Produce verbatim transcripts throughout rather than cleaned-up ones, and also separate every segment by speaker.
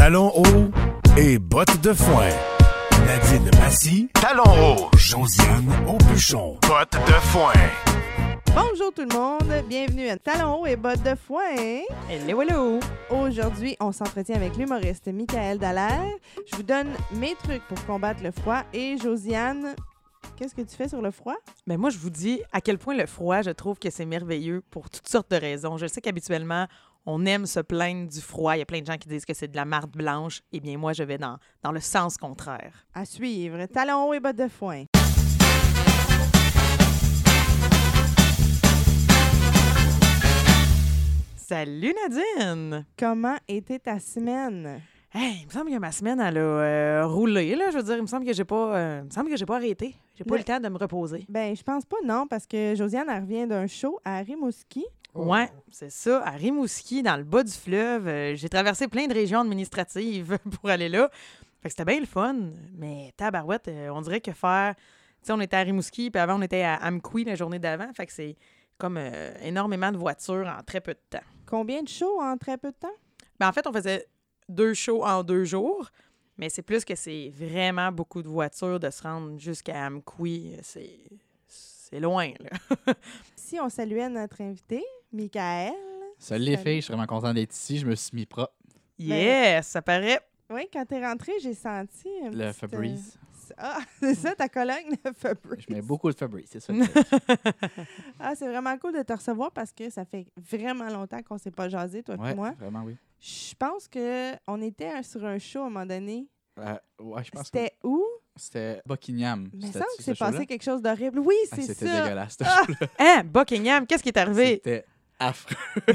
Speaker 1: Talons hauts et bottes de foin. Nadine Massy, talons hauts. Josiane Aubuchon, bottes de foin.
Speaker 2: Bonjour tout le monde, bienvenue à Talons hauts et bottes de foin.
Speaker 3: Hello, hello!
Speaker 2: Aujourd'hui, on s'entretient avec l'humoriste Michael Dallaire. Je vous donne mes trucs pour combattre le froid. Et Josiane, qu'est-ce que tu fais sur le froid?
Speaker 3: Ben moi, je vous dis à quel point le froid, je trouve que c'est merveilleux pour toutes sortes de raisons. Je sais qu'habituellement, on aime se plaindre du froid. Il y a plein de gens qui disent que c'est de la marde blanche. Eh bien, moi, je vais dans, dans le sens contraire.
Speaker 2: À suivre, Talons hauts et bottes de foin.
Speaker 3: Salut Nadine!
Speaker 2: Comment était ta semaine?
Speaker 3: Hey, il me semble que ma semaine, elle a euh, roulé, là. Je veux dire, il me semble que j'ai pas, euh, il me semble que j'ai pas arrêté. J'ai pas eu
Speaker 2: Le-
Speaker 3: le temps de me reposer.
Speaker 2: Ben, je pense pas, non, parce que Josiane, elle revient d'un show à Rimouski.
Speaker 3: Ouais, c'est ça. À Rimouski, dans le bas du fleuve, euh, j'ai traversé plein de régions administratives pour aller là. Fait que c'était bien le fun. Mais tabarouette, euh, on dirait que faire... Tu sais, on était à Rimouski, puis avant, on était à Amqui la journée d'avant. Fait que c'est comme euh, énormément de voitures en très peu de temps.
Speaker 2: Combien de shows en très peu de temps?
Speaker 3: Ben, en fait, on faisait deux shows en deux jours. Mais c'est plus que c'est vraiment beaucoup de voitures de se rendre jusqu'à Amqui. C'est... C'est loin, là.
Speaker 2: Si on saluait notre invité, Michael.
Speaker 4: Salut les
Speaker 2: Salut.
Speaker 4: filles, je suis vraiment content d'être ici. Je me suis mis propre.
Speaker 3: Yes, ça paraît.
Speaker 2: Oui, quand t'es rentrée, j'ai senti... un
Speaker 4: Le
Speaker 2: petit,
Speaker 4: Febreze.
Speaker 2: euh, Ah, c'est ça, ta Cologne, le Febreze.
Speaker 4: Je mets beaucoup de Febreze, c'est ça. le truc.
Speaker 2: Ah, c'est vraiment cool de te recevoir parce que ça fait vraiment longtemps qu'on s'est pas jasé, toi et
Speaker 4: ouais,
Speaker 2: moi.
Speaker 4: vraiment, oui.
Speaker 2: Je pense qu'on était un- sur un show à un moment donné.
Speaker 4: Euh, ouais, je pense que
Speaker 2: C'était où?
Speaker 4: c'était Buckingham.
Speaker 2: Il me
Speaker 4: C'était
Speaker 2: semble que
Speaker 4: ce
Speaker 2: c'est
Speaker 4: show-là?
Speaker 2: passé quelque chose d'horrible. Oui,
Speaker 4: Ah,
Speaker 2: c'est
Speaker 4: C'était
Speaker 2: ça.
Speaker 4: dégueulasse, ce
Speaker 2: Ah!
Speaker 4: show-là.
Speaker 3: Hein, Buckingham, qu'est-ce qui est arrivé?
Speaker 4: C'était affreux.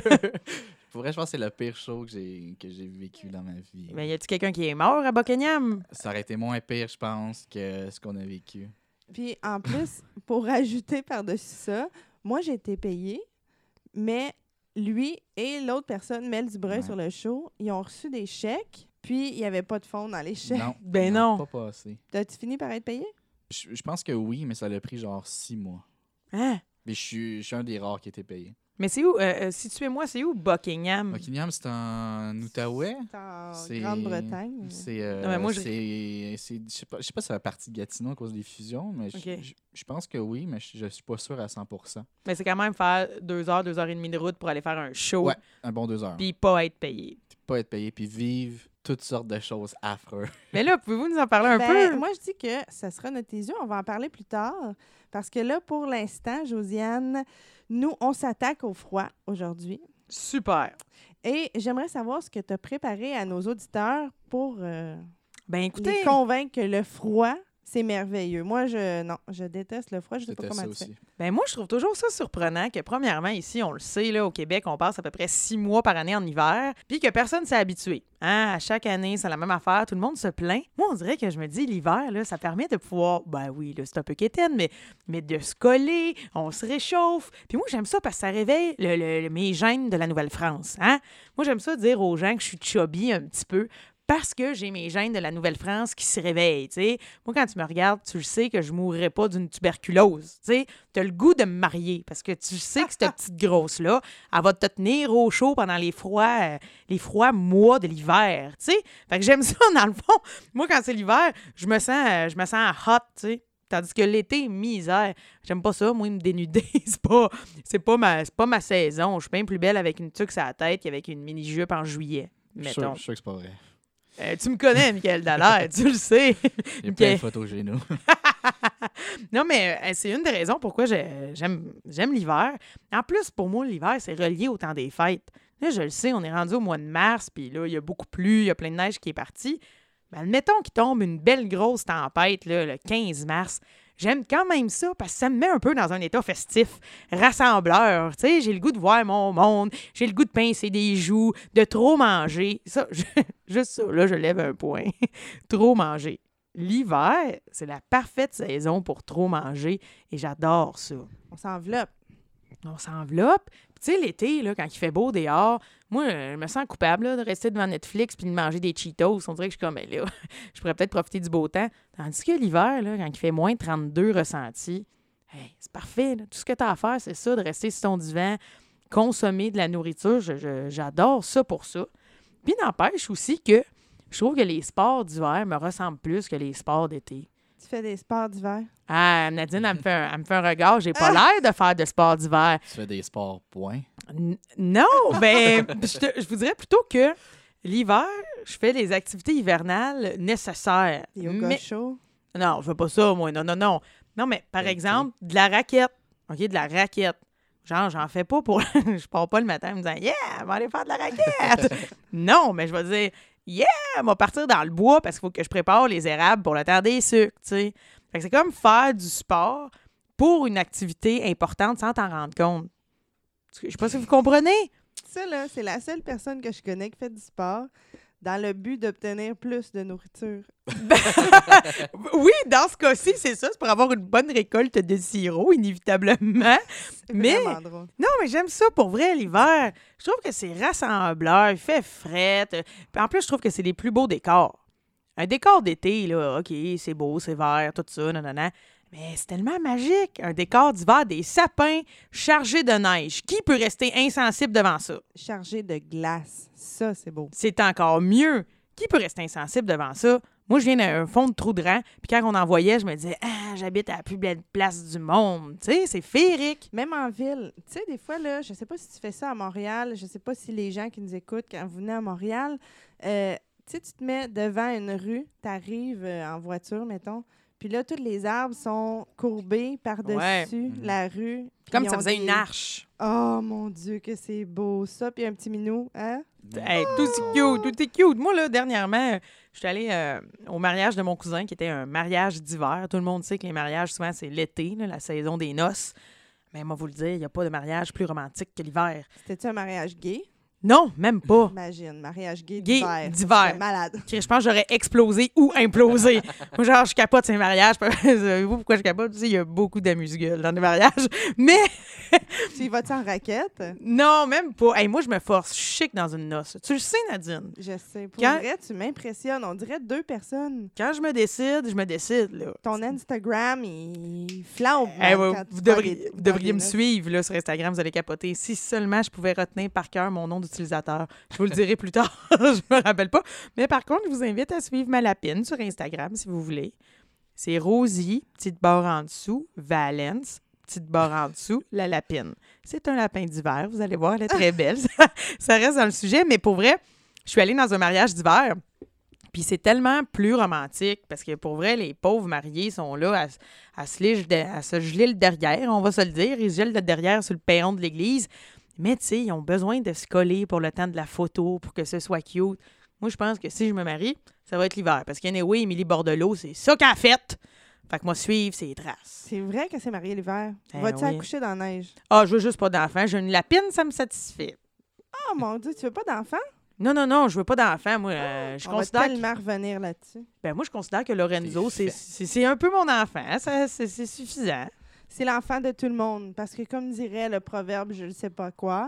Speaker 4: Pour vrai, je pense que c'est le pire show que j'ai, que j'ai vécu dans ma vie.
Speaker 3: Mais y a-tu quelqu'un qui est mort à Buckingham?
Speaker 4: Ça aurait été moins pire, je pense, que ce qu'on a vécu.
Speaker 2: Puis en plus, pour ajouter par-dessus ça, moi, j'ai été payée, mais lui et l'autre personne, Mel Dubreuil,
Speaker 4: Ouais.
Speaker 2: sur le show, ils ont reçu des chèques, puis il n'y avait pas de fonds dans les chèques.
Speaker 4: Non.
Speaker 3: Ben
Speaker 4: ils
Speaker 3: non.
Speaker 4: n'ont Pas passé.
Speaker 2: T'as-tu fini par être payé?
Speaker 4: Je, je pense que oui, mais ça a pris genre six mois.
Speaker 3: Hein?
Speaker 4: Mais je suis, je suis un des rares qui était payé.
Speaker 3: Mais c'est où, euh, euh, situez-moi, c'est où Buckingham?
Speaker 4: Buckingham, c'est en Outaouais.
Speaker 2: C'est en
Speaker 4: C'est-
Speaker 2: Grande-Bretagne.
Speaker 4: C'est, euh,
Speaker 3: Non, mais moi, je-
Speaker 4: c'est, c'est- je sais pas, je sais pas si ça fait partie de Gatineau à cause des fusions, mais je-
Speaker 3: Ok.
Speaker 4: je, je pense que oui, mais je, je suis pas sûr à cent pour cent.
Speaker 3: Mais c'est quand même faire deux heures, deux heures et demie de route pour aller faire un show,
Speaker 4: Ouais, un bon deux heures.
Speaker 3: puis pas être payé.
Speaker 4: Puis pas être payé, puis vivre toutes sortes de choses affreuses.
Speaker 3: Mais là, pouvez-vous nous en parler un
Speaker 2: Ben,
Speaker 3: peu?
Speaker 2: moi, je dis que ça sera notre yeux. On va en parler plus tard. Parce que là, pour l'instant, Josiane, nous, on s'attaque au froid aujourd'hui.
Speaker 3: Super.
Speaker 2: Et j'aimerais savoir ce que tu as préparé à nos auditeurs pour euh,
Speaker 3: Ben écoutez,
Speaker 2: les convaincre que le froid, c'est merveilleux. Moi, je non, je déteste le froid. Je sais pas
Speaker 4: C'était
Speaker 2: comment
Speaker 4: ça
Speaker 2: tu fais.
Speaker 4: aussi.
Speaker 3: ben moi, je trouve toujours ça surprenant que, premièrement, ici, on le sait, là, au Québec, on passe à peu près six mois par année en hiver, puis que personne s'est habitué. Hein? À chaque année, c'est la même affaire, tout le monde se plaint. Moi, on dirait que je me dis, l'hiver, là, ça permet de pouvoir, ben oui, là, c'est un peu quétaine, mais, mais de se coller, on se réchauffe. Puis moi, j'aime ça parce que ça réveille le- le- le- mes gènes de la Nouvelle-France. Hein? Moi, j'aime ça dire aux gens que je suis chubby un petit peu, parce que j'ai mes gènes de la Nouvelle-France qui se réveillent, tu sais. Moi, quand tu me regardes, tu le sais que je mourrais pas d'une tuberculose, tu sais. Tu as le goût de me marier parce que tu sais que cette petite grosse-là, elle va te tenir au chaud pendant les froids, euh, les froids mois de l'hiver, tu sais. Fait que j'aime ça, dans le fond. Moi, quand c'est l'hiver, je me sens, euh, je me sens hot, tu sais. Tandis que l'été, misère. J'aime pas ça, moi, me dénuder. c'est pas, c'est pas ma, c'est pas ma saison. Je suis bien plus belle avec une tuque sur la tête qu'avec une mini-jupe en juillet,
Speaker 4: Je suis sûr,
Speaker 3: mettons.
Speaker 4: je suis sûr que c'est pas vrai.
Speaker 3: Euh, tu me connais, Michael Dallaire, tu le sais.
Speaker 4: J'ai
Speaker 3: Ok.
Speaker 4: plein de photos chez nous.
Speaker 3: Non, mais euh, c'est une des raisons pourquoi j'ai- j'aime j'aime l'hiver. En plus, pour moi, l'hiver, c'est relié au temps des fêtes. Là, je le sais, on est rendu au mois de mars, puis là, il y a beaucoup plu, il y a plein de neige qui est partie. Ben, admettons qu'il tombe une belle grosse tempête là, le quinze mars. J'aime quand même ça parce que ça me met un peu dans un état festif, rassembleur. Tu sais, j'ai le goût de voir mon monde, j'ai le goût de pincer des joues, de trop manger. Ça, je- juste ça, là, je lève un point. Trop manger. L'hiver, c'est la parfaite saison pour trop manger et j'adore ça.
Speaker 2: On s'enveloppe.
Speaker 3: On s'enveloppe. Puis tu sais, l'été, là, quand il fait beau dehors, moi, euh, je me sens coupable là, de rester devant Netflix puis de manger des Cheetos. On dirait que je suis comme, ben là, je pourrais peut-être profiter du beau temps. Tandis que l'hiver, là, quand il fait moins trente-deux ressentis, hey, c'est parfait. Là. Tout ce que tu as à faire, c'est ça, de rester sur ton divan, consommer de la nourriture. Je- je- j'adore ça pour ça. Puis n'empêche aussi que je trouve que les sports d'hiver me ressemblent plus que les sports d'été.
Speaker 2: Tu fais des sports d'hiver?
Speaker 3: Ah, Nadine, elle me fait un, elle me fait un regard. J'ai pas l'air de faire de sport d'hiver.
Speaker 4: Tu fais des sports, point.
Speaker 3: N- non, ben, je, te- je vous dirais plutôt que l'hiver, je fais des activités hivernales nécessaires.
Speaker 2: Yoga
Speaker 3: Mais-
Speaker 2: chaud?
Speaker 3: Non, je fais pas ça, moi. Non, non, non. Non, mais par
Speaker 4: Ok.
Speaker 3: exemple, de la raquette. OK, de la raquette. Genre, j'en fais pas pour... je pars pas le matin en me disant « Yeah, on va aller faire de la raquette! » Non, mais je vais dire « Yeah, on va partir dans le bois parce qu'il faut que je prépare les érables pour le temps des sucres. » tu sais. Fait que c'est comme faire du sport pour une activité importante sans t'en rendre compte. Je sais pas si vous comprenez.
Speaker 2: Ça, là, c'est la seule personne que je connais qui fait du sport dans le but d'obtenir plus de nourriture.
Speaker 3: Oui, dans ce cas-ci, c'est ça. C'est pour avoir une bonne récolte de sirop, inévitablement.
Speaker 2: C'est
Speaker 3: Mais-
Speaker 2: vraiment drôle.
Speaker 3: Non, mais j'aime ça pour vrai, l'hiver. Je trouve que c'est rassembleur, il fait fret. euh, Puis en plus, je trouve que c'est les plus beaux décors. Un décor d'été, là, OK, c'est beau, c'est vert, tout ça, nanana. Mais c'est tellement magique. Un décor d'hiver, des sapins chargés de neige. Qui peut rester insensible devant ça?
Speaker 2: Chargé de glace. Ça, c'est beau.
Speaker 3: C'est encore mieux. Qui peut rester insensible devant ça? Moi, je viens d'un fond de trou de rang, puis quand on en voyait, je me disais « Ah, j'habite à la plus belle place du monde. » Tu sais, c'est féerique.
Speaker 2: Même en ville. Tu sais, des fois, là, je sais pas si tu fais ça à Montréal, je sais pas si les gens qui nous écoutent, quand vous venez à Montréal, euh, tu sais, tu te mets devant une rue, tu arrives en voiture, mettons, puis là, tous les arbres sont courbés par-dessus
Speaker 3: Ouais.
Speaker 2: la rue. puis
Speaker 3: Comme
Speaker 2: ils
Speaker 3: ça
Speaker 2: ont
Speaker 3: faisait
Speaker 2: des-
Speaker 3: une arche.
Speaker 2: Oh, mon Dieu, que c'est beau. Ça, puis un petit minou, hein?
Speaker 3: Hey, tout est cute, tout est cute. Moi, là, dernièrement, je suis allée euh, au mariage de mon cousin, qui était un mariage d'hiver. Tout le monde sait que les mariages, souvent, c'est l'été, là, la saison des noces. Mais moi, vous le dire, il n'y a pas de mariage plus romantique que l'hiver.
Speaker 2: C'était-tu un mariage gay?
Speaker 3: Non, même pas.
Speaker 2: Imagine, mariage gay
Speaker 3: Gay
Speaker 2: d'hiver.
Speaker 3: d'hiver.
Speaker 2: C'est malade.
Speaker 3: Je pense que j'aurais explosé ou implosé. Moi, genre, je capote ces mariages. Savez-vous pourquoi je capote? Tu sais, il y a beaucoup d'amuse-gueule dans les mariages. Mais
Speaker 2: Tu y vas-tu en raquette?
Speaker 3: non, même pas. Hey, moi, je me force. Je suis chic dans une noce. Tu le sais, Nadine.
Speaker 2: Je sais. Pour
Speaker 3: Quand-
Speaker 2: vrai, tu m'impressionnes. On dirait deux personnes.
Speaker 3: Quand je me décide, je me décide, là.
Speaker 2: Ton Instagram, il flambe.
Speaker 3: Eh
Speaker 2: man,
Speaker 3: ouais,
Speaker 2: quand tu
Speaker 3: vous
Speaker 2: prends
Speaker 3: devriez,
Speaker 2: des-
Speaker 3: vous
Speaker 2: dans
Speaker 3: devriez
Speaker 2: des
Speaker 3: me
Speaker 2: notes.
Speaker 3: suivre là, sur Instagram, vous allez capoter. Si seulement je pouvais retenir par cœur mon nom d'utilisateur. Je vous le dirai plus tard, je me rappelle pas. Mais par contre, je vous invite à suivre ma lapine sur Instagram si vous voulez. C'est Rosie, petite barre en dessous, Valence, petite barre en dessous, la lapine. C'est un lapin d'hiver, vous allez voir, elle est très belle. Ça, ça reste dans le sujet, mais pour vrai, je suis allée dans un mariage d'hiver. Puis c'est tellement plus romantique parce que pour vrai, les pauvres mariés sont là à, à, se, lige de- à se geler le derrière, on va se le dire. Ils se gelent le derrière sur le perron de l'église. Mais tu sais, ils ont besoin de se coller pour le temps de la photo, pour que ce soit cute. Moi, je pense que si je me marie, ça va être l'hiver. Parce qu'anyway, Émilie Bordelot, c'est ça qu'elle a fait. Fait que moi, suivre ses traces.
Speaker 2: C'est vrai que c'est marié l'hiver.
Speaker 3: Eh
Speaker 2: Vas-tu
Speaker 3: oui.
Speaker 2: accoucher dans la neige?
Speaker 3: Ah, je veux juste pas d'enfant. J'ai une lapine, ça me satisfait.
Speaker 2: Oh mon Dieu, tu veux pas d'enfant?
Speaker 3: Non, non, non, je veux pas d'enfant. Moi, euh, je
Speaker 2: On va
Speaker 3: considère que...
Speaker 2: tellement revenir là-dessus.
Speaker 3: Ben, moi, je considère que Lorenzo,
Speaker 4: C'est
Speaker 3: c'est
Speaker 4: fait.
Speaker 3: c'est- c'est un peu mon enfant. Ça, c'est c'est suffisant.
Speaker 2: C'est l'enfant de tout le monde. Parce que comme dirait le proverbe, je ne sais pas quoi,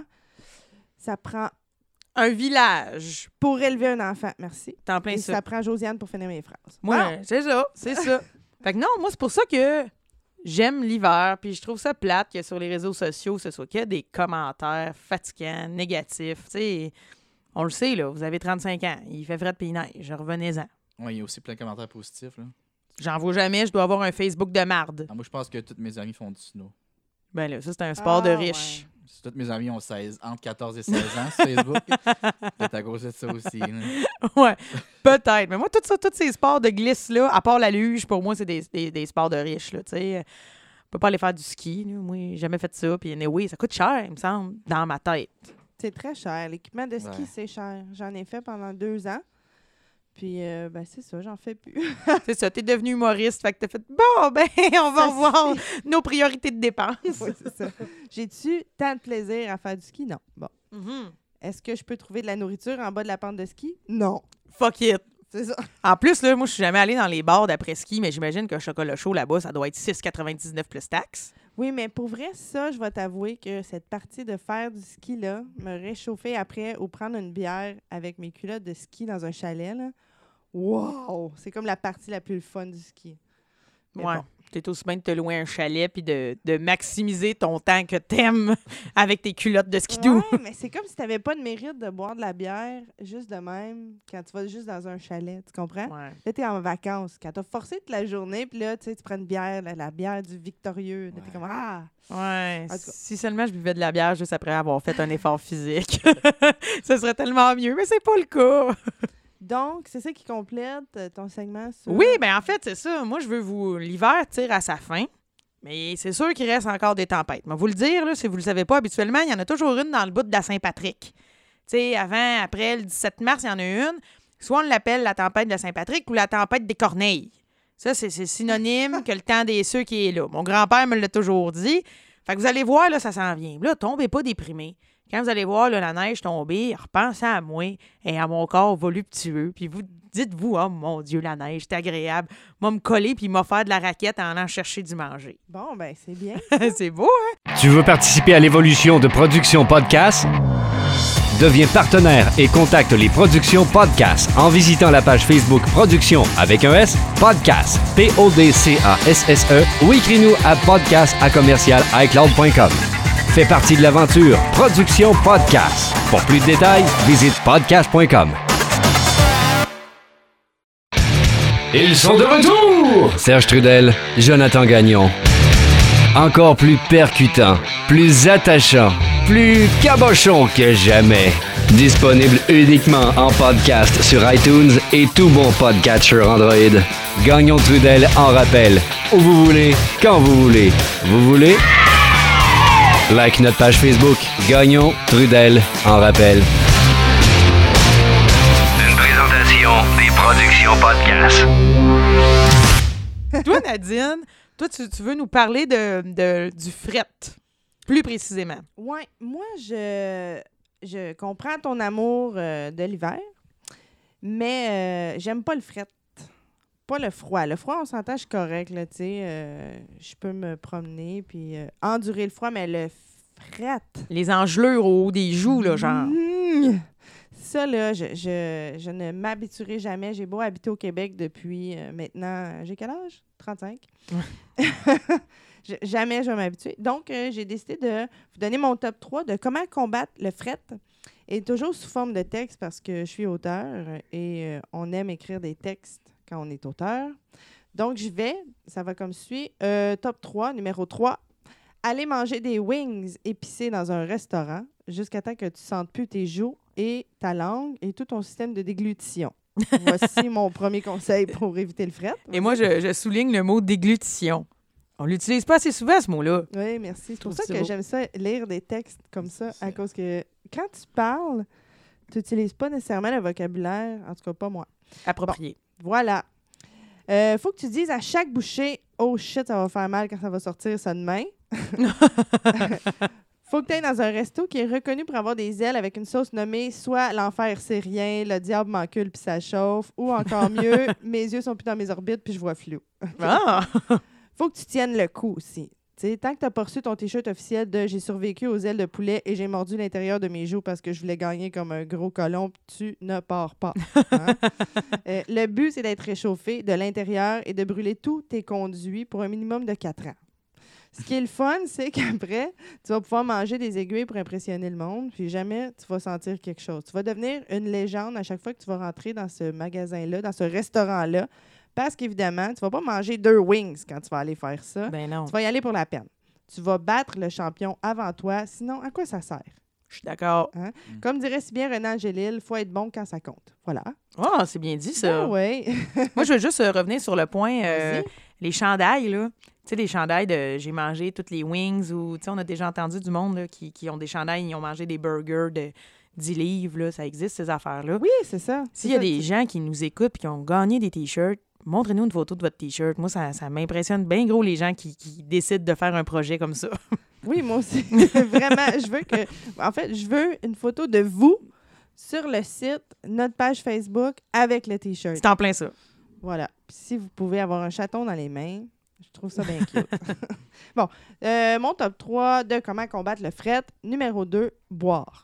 Speaker 2: ça prend...
Speaker 3: Un village.
Speaker 2: Pour élever un enfant, merci.
Speaker 3: T'en plein
Speaker 2: Et
Speaker 3: ça.
Speaker 2: ça prend Josiane pour finir mes phrases.
Speaker 3: Moi,
Speaker 2: Bon.
Speaker 3: euh, c'est ça, c'est ça. Fait que non, moi, c'est pour ça que j'aime l'hiver, puis je trouve ça plate que sur les réseaux sociaux, ce soit que des commentaires fatigants, négatifs. Tu sais, on le sait, là, vous avez trente-cinq ans, il fait frais de puis il neige, revenez-en.
Speaker 4: Ouais, il y a aussi plein de commentaires positifs. Là.
Speaker 3: J'en vois jamais, je dois avoir un Facebook de marde.
Speaker 4: Ah, moi, je pense que tous mes amis font du snow.
Speaker 3: Ben là, ça, c'est un sport de
Speaker 2: Ah,
Speaker 3: riche.
Speaker 2: ouais.
Speaker 4: Si tous mes amis ont seize, entre quatorze et seize ans sur Facebook, c'est à cause de ça aussi. là.
Speaker 3: Ouais, peut-être. Mais moi, tout ça, tous ces sports de glisse-là, à part la luge, pour moi, c'est des, des, des sports de riches, là, tu sais. On peut pas aller faire du ski, là. Moi, j'ai jamais fait ça. Puis, anyway, ça coûte cher, il me semble, dans ma tête.
Speaker 2: C'est très cher. L'équipement de ski,
Speaker 4: Ouais.
Speaker 2: c'est cher. J'en ai fait pendant deux ans. Puis, euh, ben, c'est ça, j'en fais plus.
Speaker 3: C'est ça, t'es devenu humoriste, fait que t'as fait « Bon, ben, on va
Speaker 2: Ça
Speaker 3: revoir nos priorités de dépenses.
Speaker 2: Oui, c'est ça. J'ai-tu tant de plaisir à faire du ski? Non. Bon.
Speaker 3: Mhm.
Speaker 2: Est-ce que je peux trouver de la nourriture en bas de la pente de ski? Non.
Speaker 3: Fuck it.
Speaker 2: C'est ça.
Speaker 3: En plus, là, moi, je suis jamais allée dans les bars d'après-ski, mais j'imagine qu'un chocolat chaud là-bas, ça doit être six quatre-vingt-dix-neuf plus taxes.
Speaker 2: Oui, mais pour vrai, ça, je vais t'avouer que cette partie de faire du ski-là me réchauffer après ou prendre une bière avec mes culottes de ski dans un chalet, là. Wow! C'est comme la partie la plus fun du ski. Mais
Speaker 3: Ouais.
Speaker 2: bon,
Speaker 3: T'es aussi bien de te louer un chalet puis de, de maximiser ton temps que t'aimes avec tes culottes de skidoo.
Speaker 2: Ouais, mais c'est comme si t'avais pas de mérite de boire de la bière juste de même quand tu vas juste dans un chalet, tu comprends?
Speaker 3: Ouais.
Speaker 2: Là, t'es en vacances. Quand t'as forcé toute la journée, puis là, tu sais, tu prends une bière, la, la bière du Victorieux. Là, t'es comme, ah!
Speaker 3: Ouais.
Speaker 2: En tout cas.
Speaker 3: Si seulement je buvais de la bière juste après avoir fait un effort physique, ce serait tellement mieux, mais c'est pas le cas.
Speaker 2: Donc, c'est ça qui complète euh, ton segment sur...
Speaker 3: Oui, bien en fait, c'est ça. Moi, je veux vous... L'hiver tire à sa fin, mais c'est sûr qu'il reste encore des tempêtes. Mais vous le dire, là, si vous le savez pas, habituellement, il y en a toujours une dans le bout de la Saint-Patrick. Tu sais, avant, après le dix-sept mars, il y en a une. Soit on l'appelle la tempête de la Saint-Patrick ou la tempête des Corneilles. Ça, c'est, c'est synonyme que le temps des cieux qui est là. Mon grand-père me l'a toujours dit. Fait que vous allez voir, là, ça s'en vient. Là, tombez pas déprimés. Quand vous allez voir là, la neige tomber, repensez à moi et à mon corps voluptueux. Puis vous dites-vous, oh mon Dieu, la neige, c'est agréable. Moi, me coller puis m'a faire de la raquette en allant chercher du manger.
Speaker 2: Bon, ben c'est bien.
Speaker 3: C'est beau, hein?
Speaker 1: Tu veux participer à l'évolution de Production Podcast? Deviens partenaire et contacte les Productions Podcast en visitant la page Facebook Production avec un S, Podcast, P O D C A S S E ou écris-nous à podcast à commercial iCloud point com. Fais partie de l'aventure Production Podcast. Pour plus de détails, visite podcast point com. Ils sont de retour! Serge Trudel, Jonathan Gagnon. Encore plus percutant, plus attachant, plus cabochon que jamais. Disponible uniquement en podcast sur iTunes et tout bon podcatcher Android. Gagnon Trudel en rappel. Où vous voulez, quand vous voulez. Vous voulez? Like notre page Facebook. Gagnon Trudel en rappel.
Speaker 5: Une présentation des Productions Podcast.
Speaker 3: Toi, Nadine, toi, tu, tu veux nous parler de, de, du fret, plus précisément.
Speaker 2: Oui, moi, je, je comprends ton amour euh, de l'hiver, mais euh, j'aime pas le fret. Pas le froid. Le froid, on s'entend, je suis correct, là, tu sais. Euh, je peux me promener puis euh, endurer le froid, mais le fret...
Speaker 3: Les engelures au haut des joues, là, genre.
Speaker 2: Mmh. Ça, là, je, je, je ne m'habituerai jamais. J'ai beau habiter au Québec depuis euh, maintenant... J'ai quel âge? trente-cinq. je, jamais je vais m'habituer. Donc, euh, j'ai décidé de vous donner mon top trois de comment combattre le fret. Et toujours sous forme de texte parce que je suis auteur et euh, on aime écrire des textes quand on est auteur. Donc, je vais, ça va comme suit. Euh, top trois, numéro trois. Aller manger des wings épicés dans un restaurant jusqu'à temps que tu ne sentes plus tes joues et ta langue et tout ton système de déglutition. Voici mon premier conseil pour éviter le fret.
Speaker 3: Et moi, je, je souligne le mot déglutition. On l'utilise pas assez souvent, ce mot-là.
Speaker 2: Oui, merci. C'est pour
Speaker 3: trouve
Speaker 2: ça
Speaker 3: ça
Speaker 2: que
Speaker 3: beau.
Speaker 2: j'aime ça, lire des textes comme ça, à cause que quand tu parles, tu n'utilises pas nécessairement le vocabulaire, en tout cas pas moi.
Speaker 3: Approprié.
Speaker 2: Voilà. Euh, faut que tu dises à chaque bouchée, oh shit, ça va faire mal quand ça va sortir ça demain. Faut que tu ailles dans un resto qui est reconnu pour avoir des ailes avec une sauce nommée soit l'enfer syrien, le diable m'encule puis ça chauffe, ou encore mieux, mes yeux sont plus dans mes orbites puis je vois flou.
Speaker 3: Ah!
Speaker 2: Faut que tu tiennes le coup aussi. T'sais, tant que tu n'as pas reçu ton T-shirt officiel de « J'ai survécu aux ailes de poulet et j'ai mordu l'intérieur de mes joues parce que je voulais gagner comme un gros colon », tu ne pars pas. Hein? euh, le but, c'est d'être réchauffé de l'intérieur et de brûler tous tes conduits pour un minimum de quatre ans. Ce qui est le fun, c'est qu'après, tu vas pouvoir manger des aiguilles pour impressionner le monde, puis jamais tu vas sentir quelque chose. Tu vas devenir une légende à chaque fois que tu vas rentrer dans ce magasin-là, dans ce restaurant-là, parce qu'évidemment, tu ne vas pas manger deux wings quand tu vas aller faire ça.
Speaker 3: Ben non.
Speaker 2: Tu vas y aller pour la peine. Tu vas battre le champion avant toi, sinon, à quoi ça sert?
Speaker 3: Je suis d'accord.
Speaker 2: Hein? Mm. Comme dirait si bien Renan Angélil, il faut être bon quand ça compte. Voilà.
Speaker 3: Oh, c'est bien dit, ça.
Speaker 2: Ah oui.
Speaker 3: Moi, je veux juste euh, revenir sur le point, euh, les chandails, là. Tu sais, des chandails de « j'ai mangé toutes les wings » ou, tu sais, on a déjà entendu du monde là, qui, qui ont des chandails, ils ont mangé des burgers de dix livres, là. Ça existe, ces affaires-là.
Speaker 2: Oui, c'est ça.
Speaker 3: S'il y a des gens qui nous écoutent et qui ont gagné des T-shirts, montrez-nous une photo de votre T-shirt. Moi, ça, ça m'impressionne bien gros, les gens qui, qui décident de faire un projet comme ça.
Speaker 2: Oui, moi aussi. Vraiment, je veux que... En fait, je veux une photo de vous sur le site, notre page Facebook, avec le T-shirt.
Speaker 3: C'est en plein ça.
Speaker 2: Voilà. Puis si vous pouvez avoir un chaton dans les mains, je trouve ça bien cute. Bon, euh, mon top trois de comment combattre le fret. Numéro deux, boire.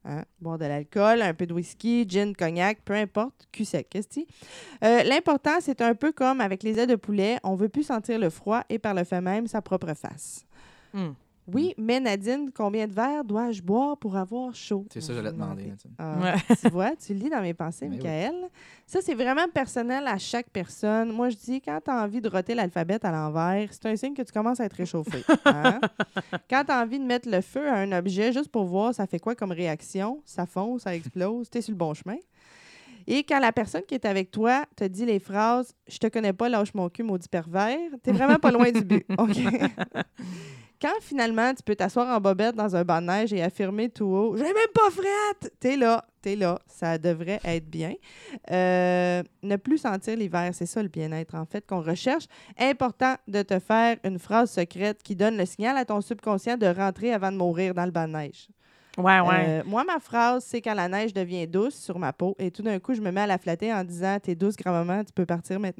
Speaker 2: Hein? Boire de l'alcool, un peu de whisky, gin, cognac, peu importe, cul sec, qu'est-ce que euh, l'important, c'est un peu comme avec les ailes de poulet, on veut plus sentir le froid et par le fait même sa propre face.
Speaker 3: Mm.
Speaker 2: Oui, mais Nadine, combien de verres dois-je boire pour avoir chaud?
Speaker 4: C'est ça que j'allais te demander, Nadine.
Speaker 2: Ah,
Speaker 3: Ouais.
Speaker 2: tu vois, tu lis dans mes pensées,
Speaker 4: Mais
Speaker 2: Michael. Oui. Ça, c'est vraiment personnel à chaque personne. Moi, je dis, quand tu as envie de roter l'alphabet à l'envers, c'est un signe que tu commences à être réchauffé. Hein? Quand tu as envie de mettre le feu à un objet juste pour voir ça fait quoi comme réaction, ça fond, ça explose, tu es sur le bon chemin. Et quand la personne qui est avec toi te dit les phrases « Je te connais pas, lâche mon cul, maudit pervers », tu vraiment pas loin du but. OK? Quand finalement tu peux t'asseoir en bobette dans un banc de neige et affirmer tout haut « J'ai même pas frette », t'es là, t'es là, ça devrait être bien. Euh, ne plus sentir l'hiver, c'est ça le bien-être en fait qu'on recherche. Important de te faire une phrase secrète qui donne le signal à ton subconscient de rentrer avant de mourir dans le banc de neige.
Speaker 3: Ouais, ouais.
Speaker 2: Euh, moi, ma phrase, c'est quand la neige devient douce sur ma peau et tout d'un coup, je me mets à la flatter en disant « T'es douce, grand-maman, tu peux partir maintenant. »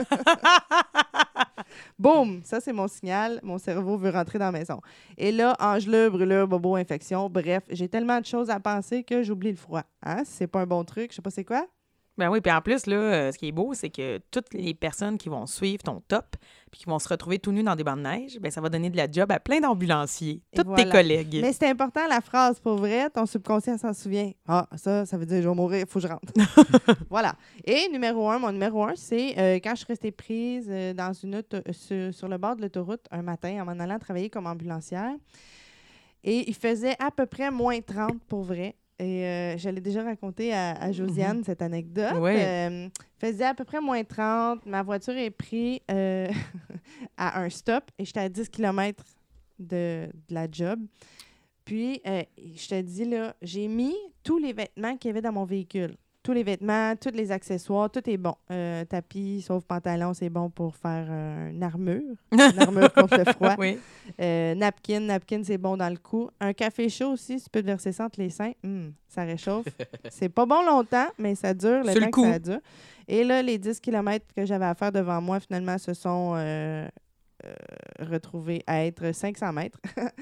Speaker 2: Boum! Ça, c'est mon signal. Mon cerveau veut rentrer dans la maison. Et là, engelure, brûlure, bobo, infection. Bref, j'ai tellement de choses à penser que j'oublie le froid. Hein? Si c'est pas un bon truc, je sais pas c'est quoi.
Speaker 3: Ben oui, puis en plus, là, euh, ce qui est beau, c'est que toutes les personnes qui vont suivre ton top puis qui vont se retrouver tout nus dans des bancs de neige, ben ça va donner de la job à plein d'ambulanciers,
Speaker 2: Et
Speaker 3: tous
Speaker 2: voilà.
Speaker 3: tes collègues.
Speaker 2: Mais c'est important, la phrase, pour vrai. Ton subconscient s'en souvient. Ah, ça, ça veut dire je vais mourir, il faut que je rentre. Voilà. Et numéro un, mon numéro un, c'est euh, quand je suis restée prise euh, dans une auto- euh, sur, sur le bord de l'autoroute un matin en m'en allant travailler comme ambulancière. Et il faisait à peu près moins trente pour vrai. Et euh, je l'ai déjà raconté à, à Josiane, mm-hmm. cette anecdote.
Speaker 3: Oui.
Speaker 2: Euh, faisait à peu près moins trente. Ma voiture est prise euh, à un stop et j'étais à dix kilomètres de, de la job. Puis, euh, je te dis, là, j'ai mis tous les vêtements qu'il y avait dans mon véhicule. Tous les vêtements, tous les accessoires, tout est bon. Euh, tapis, sauf pantalon, c'est bon pour faire euh, une armure. Une armure contre le froid.
Speaker 3: Oui.
Speaker 2: Euh, napkin, napkin, c'est bon dans le cou. Un café chaud aussi, si tu peux te verser ça entre les seins, mm, ça réchauffe. C'est pas bon longtemps, mais ça dure le
Speaker 3: Sur
Speaker 2: temps
Speaker 3: le
Speaker 2: que
Speaker 3: coup.
Speaker 2: ça dure. Et là, les dix kilomètres que j'avais à faire devant moi, finalement, se sont euh, euh, retrouvés à être cinq cents mètres.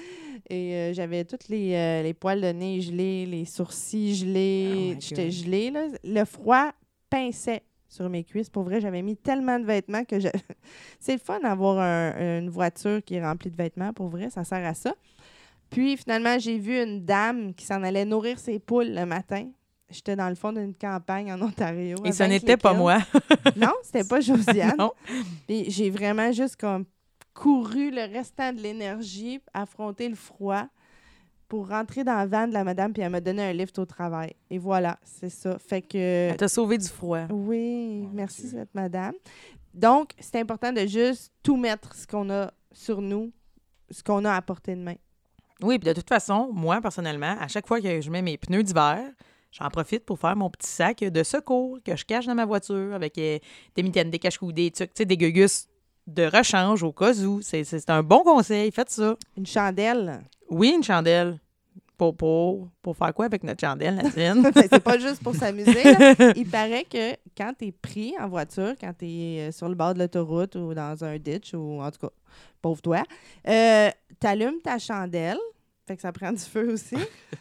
Speaker 2: Et euh, j'avais tous les, euh, les poils de nez gelés, les sourcils gelés.
Speaker 3: Oh
Speaker 2: J'étais gelée, là. Le froid pinçait sur mes cuisses. Pour vrai, j'avais mis tellement de vêtements que je... C'est le fun d'avoir un, une voiture qui est remplie de vêtements. Pour vrai, ça sert à ça. Puis, finalement, j'ai vu une dame qui s'en allait nourrir ses poules le matin. J'étais dans le fond d'une campagne en Ontario.
Speaker 3: Et ça
Speaker 2: avec
Speaker 3: n'était pas
Speaker 2: lesquelles-
Speaker 3: moi.
Speaker 2: Non, c'était pas Josiane.
Speaker 3: Non.
Speaker 2: Puis j'ai vraiment juste comme couru le restant de l'énergie, affronter le froid pour rentrer dans la van de la madame, puis elle m'a donné un lift au travail. Et voilà, c'est ça. Fait que...
Speaker 3: Elle t'a sauvé du froid.
Speaker 2: Oui,
Speaker 4: Mon
Speaker 2: merci,
Speaker 4: Dieu.
Speaker 2: cette madame. Donc, c'est important de juste tout mettre ce qu'on a sur nous, ce qu'on a à portée de main.
Speaker 3: Oui, puis de toute façon, moi, personnellement, à chaque fois que je mets mes pneus d'hiver, j'en profite pour faire mon petit sac de secours que je cache dans ma voiture avec euh, des mitaines, des cache-cou, des trucs, tu sais, des gugus de rechange au cas où. C'est, c'est, c'est un bon conseil, faites ça.
Speaker 2: Une chandelle.
Speaker 3: Oui, une chandelle. Pour, pour, pour faire quoi avec notre chandelle, Nadine?
Speaker 2: Ben, c'est pas juste pour s'amuser, là. Il paraît que quand tu es pris en voiture, quand tu es sur le bord de l'autoroute ou dans un ditch, ou en tout cas, pauvre toi, euh, tu allumes ta chandelle, fait que ça prend du feu aussi.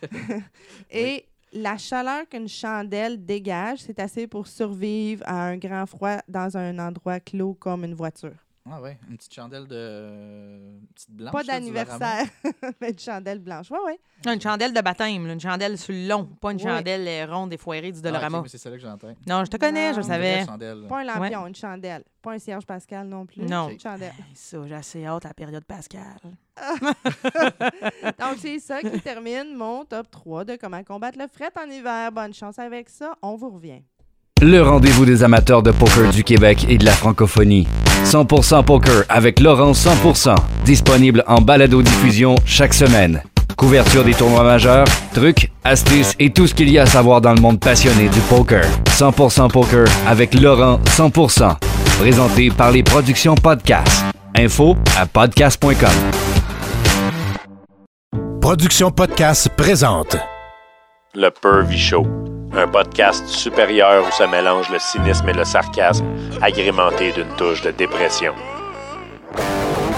Speaker 2: Et la chaleur qu'une chandelle dégage, c'est assez pour survivre à un grand froid dans un endroit clos comme une voiture.
Speaker 4: Ah ouais, une petite chandelle de... Une petite blanche.
Speaker 2: Pas
Speaker 4: là, du
Speaker 2: d'anniversaire, mais une chandelle blanche. Oui, oui.
Speaker 3: Une chandelle de baptême, là, une chandelle sur le long, pas une
Speaker 2: Oui.
Speaker 3: chandelle euh, ronde et foirée du
Speaker 4: Dollarama.
Speaker 3: Dolorama.
Speaker 4: Ah, ok, mais c'est celle-là que j'entends.
Speaker 3: Non, je te connais,
Speaker 2: Non.
Speaker 3: je le
Speaker 2: Une
Speaker 3: savais.
Speaker 4: Vraie chandelle.
Speaker 2: Pas un lampion, une chandelle. Pas un Cierge Pascal non plus.
Speaker 3: Non.
Speaker 2: Une chandelle.
Speaker 3: Hey, ça, j'ai assez hâte à la période Pascal.
Speaker 2: Donc, c'est ça qui termine mon top trois de comment combattre le fret en hiver. Bonne chance avec ça. On vous revient.
Speaker 1: Le rendez-vous des amateurs de poker du Québec et de la francophonie. cent pour cent Poker avec Laurent cent pour cent. Disponible en balado-diffusion chaque semaine. Couverture des tournois majeurs, trucs, astuces et tout ce qu'il y a à savoir dans le monde passionné du poker. cent pour cent Poker avec Laurent cent pour cent. Présenté par les productions Podcast. Info à podcast point com.
Speaker 6: Production Podcast présente
Speaker 7: Le Pervy Show, un podcast supérieur où se mélange le cynisme et le sarcasme, agrémenté d'une touche de dépression.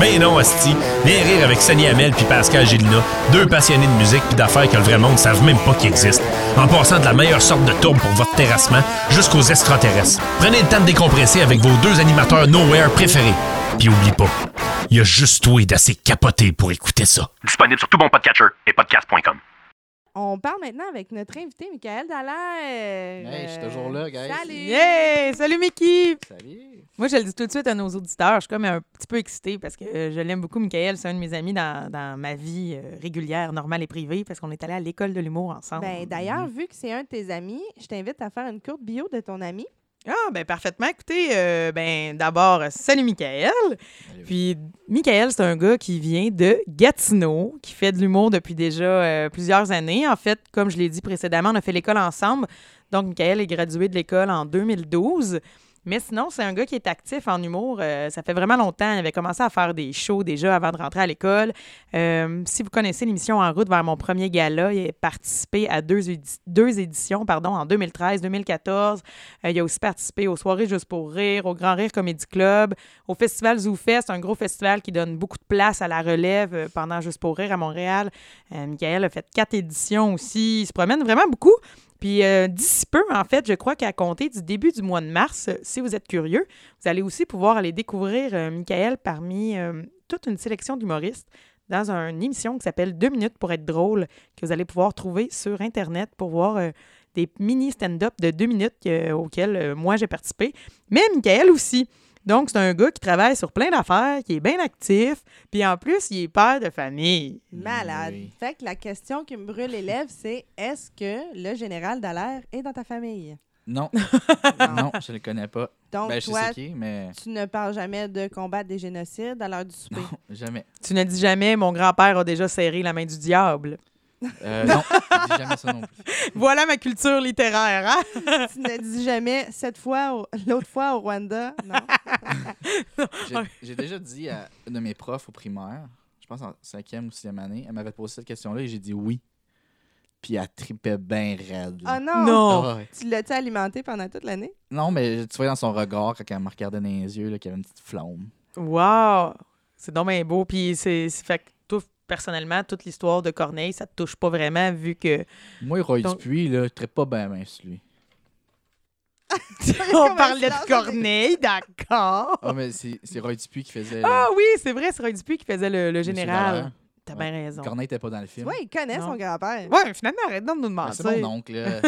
Speaker 8: Mais non, asti. Viens rire avec Sonny Hamel puis Pascal Gélina, deux passionnés de musique puis d'affaires que le vrai monde ne savent même pas qu'ils existent. En passant de la meilleure sorte de tourbe pour votre terrassement jusqu'aux extraterrestres. Prenez le temps de décompresser avec vos deux animateurs Nowhere préférés. Puis oublie pas, il y a juste toi d'assez capoté pour écouter ça.
Speaker 9: Disponible sur tout bon podcatcher et podcast point com.
Speaker 2: On parle maintenant avec notre invité, Michael Dallaire.
Speaker 4: Hey, je suis toujours là, guys.
Speaker 2: Salut!
Speaker 3: Yeah! Salut, Mickey!
Speaker 4: Salut!
Speaker 3: Moi, je le dis tout de suite à nos auditeurs. Je suis comme un petit peu excitée parce que euh, je l'aime beaucoup, Michael. C'est un de mes amis dans, dans ma vie euh, régulière, normale et privée, parce qu'on est allé à l'école de l'humour ensemble.
Speaker 2: Ben, d'ailleurs, vu que c'est un de tes amis, je t'invite à faire une courte bio de ton ami.
Speaker 3: Ah, ben parfaitement. Écoutez, euh, ben d'abord, salut Michael. Puis, Michael, c'est un gars qui vient de Gatineau, qui fait de l'humour depuis déjà euh, plusieurs années. En fait, comme je l'ai dit précédemment, on a fait l'école ensemble. Donc, Michael est gradué de l'école en deux mille douze. Mais sinon, c'est un gars qui est actif en humour. Euh, ça fait vraiment longtemps. Il avait commencé à faire des shows déjà avant de rentrer à l'école. Euh, si vous connaissez l'émission En route vers mon premier gala, il a participé à deux, édi- deux éditions pardon, en deux mille treize, deux mille quatorze. Euh, il a aussi participé aux Soirées Juste pour rire, au Grand Rire Comedy Club, au Festival ZooFest, un gros festival qui donne beaucoup de place à la relève euh, pendant Juste pour rire à Montréal. Euh, Michael a fait quatre éditions aussi. Il se promène vraiment beaucoup. Puis euh, d'ici peu, en fait, je crois qu'à compter du début du mois de mars, euh, si vous êtes curieux, vous allez aussi pouvoir aller découvrir euh, Michael parmi euh, toute une sélection d'humoristes dans une émission qui s'appelle Deux minutes pour être drôle, que vous allez pouvoir trouver sur Internet pour voir euh, des mini stand-up de deux minutes euh, auxquels euh, moi j'ai participé. Mais Michael aussi. Donc, c'est un gars qui travaille sur plein d'affaires, qui est bien actif, puis en plus, il est père de famille.
Speaker 2: Malade.
Speaker 4: Oui.
Speaker 2: Fait que la question qui me brûle les lèvres, c'est est-ce que le général Dallaire est dans ta famille?
Speaker 4: Non.
Speaker 2: Non.
Speaker 4: Non, je le connais pas.
Speaker 2: Donc,
Speaker 4: Ben, je sais
Speaker 2: toi,
Speaker 4: c'est qui, mais
Speaker 2: tu ne parles jamais de combattre des génocides à l'heure du souper.
Speaker 4: non, jamais.
Speaker 3: Tu ne dis jamais « Mon grand-père a déjà serré la main du diable
Speaker 4: Euh, non, je dis jamais ça non plus. ».
Speaker 3: Voilà ma culture littéraire, hein?
Speaker 2: Tu ne dis jamais cette fois, au- l'autre fois au Rwanda. Non.
Speaker 4: J'ai, j'ai déjà dit à une de mes profs au primaire, je pense en cinquième ou sixième année, elle m'avait posé cette question-là et j'ai dit oui. Puis elle tripait bien raide.
Speaker 2: Oh non!
Speaker 3: Non.
Speaker 4: Ah ouais.
Speaker 2: Tu l'as-tu alimenté pendant toute l'année?
Speaker 4: Non, mais tu vois dans son regard, quand elle me regardait dans les yeux, là, qu'il y avait une petite flamme.
Speaker 3: Wow! C'est donc bien beau. Puis c'est, c'est fait que toi, personnellement, toute l'histoire de Corneille, ça te touche pas vraiment vu que
Speaker 4: Moi, Roy
Speaker 3: Donc-
Speaker 4: Dupuis, là, je traite pas bien bien sur lui.
Speaker 3: on
Speaker 2: Comme un
Speaker 3: parlait de
Speaker 2: silence
Speaker 3: Corneille, d'accord.
Speaker 4: Ah, mais c'est, c'est Roy Dupuis qui faisait.
Speaker 3: Ah
Speaker 4: le-
Speaker 3: oui, c'est vrai, c'est Roy Dupuis qui faisait le, le
Speaker 4: Monsieur
Speaker 3: général.
Speaker 4: Dallaire.
Speaker 3: T'as
Speaker 4: Ouais.
Speaker 3: bien raison.
Speaker 4: Corneille était pas dans le film.
Speaker 2: Oui, il connaît
Speaker 3: Non.
Speaker 2: son grand-père.
Speaker 3: Ouais, finalement, arrête donc de nous
Speaker 4: Ben,
Speaker 3: demander.
Speaker 4: c'est mon oncle. là.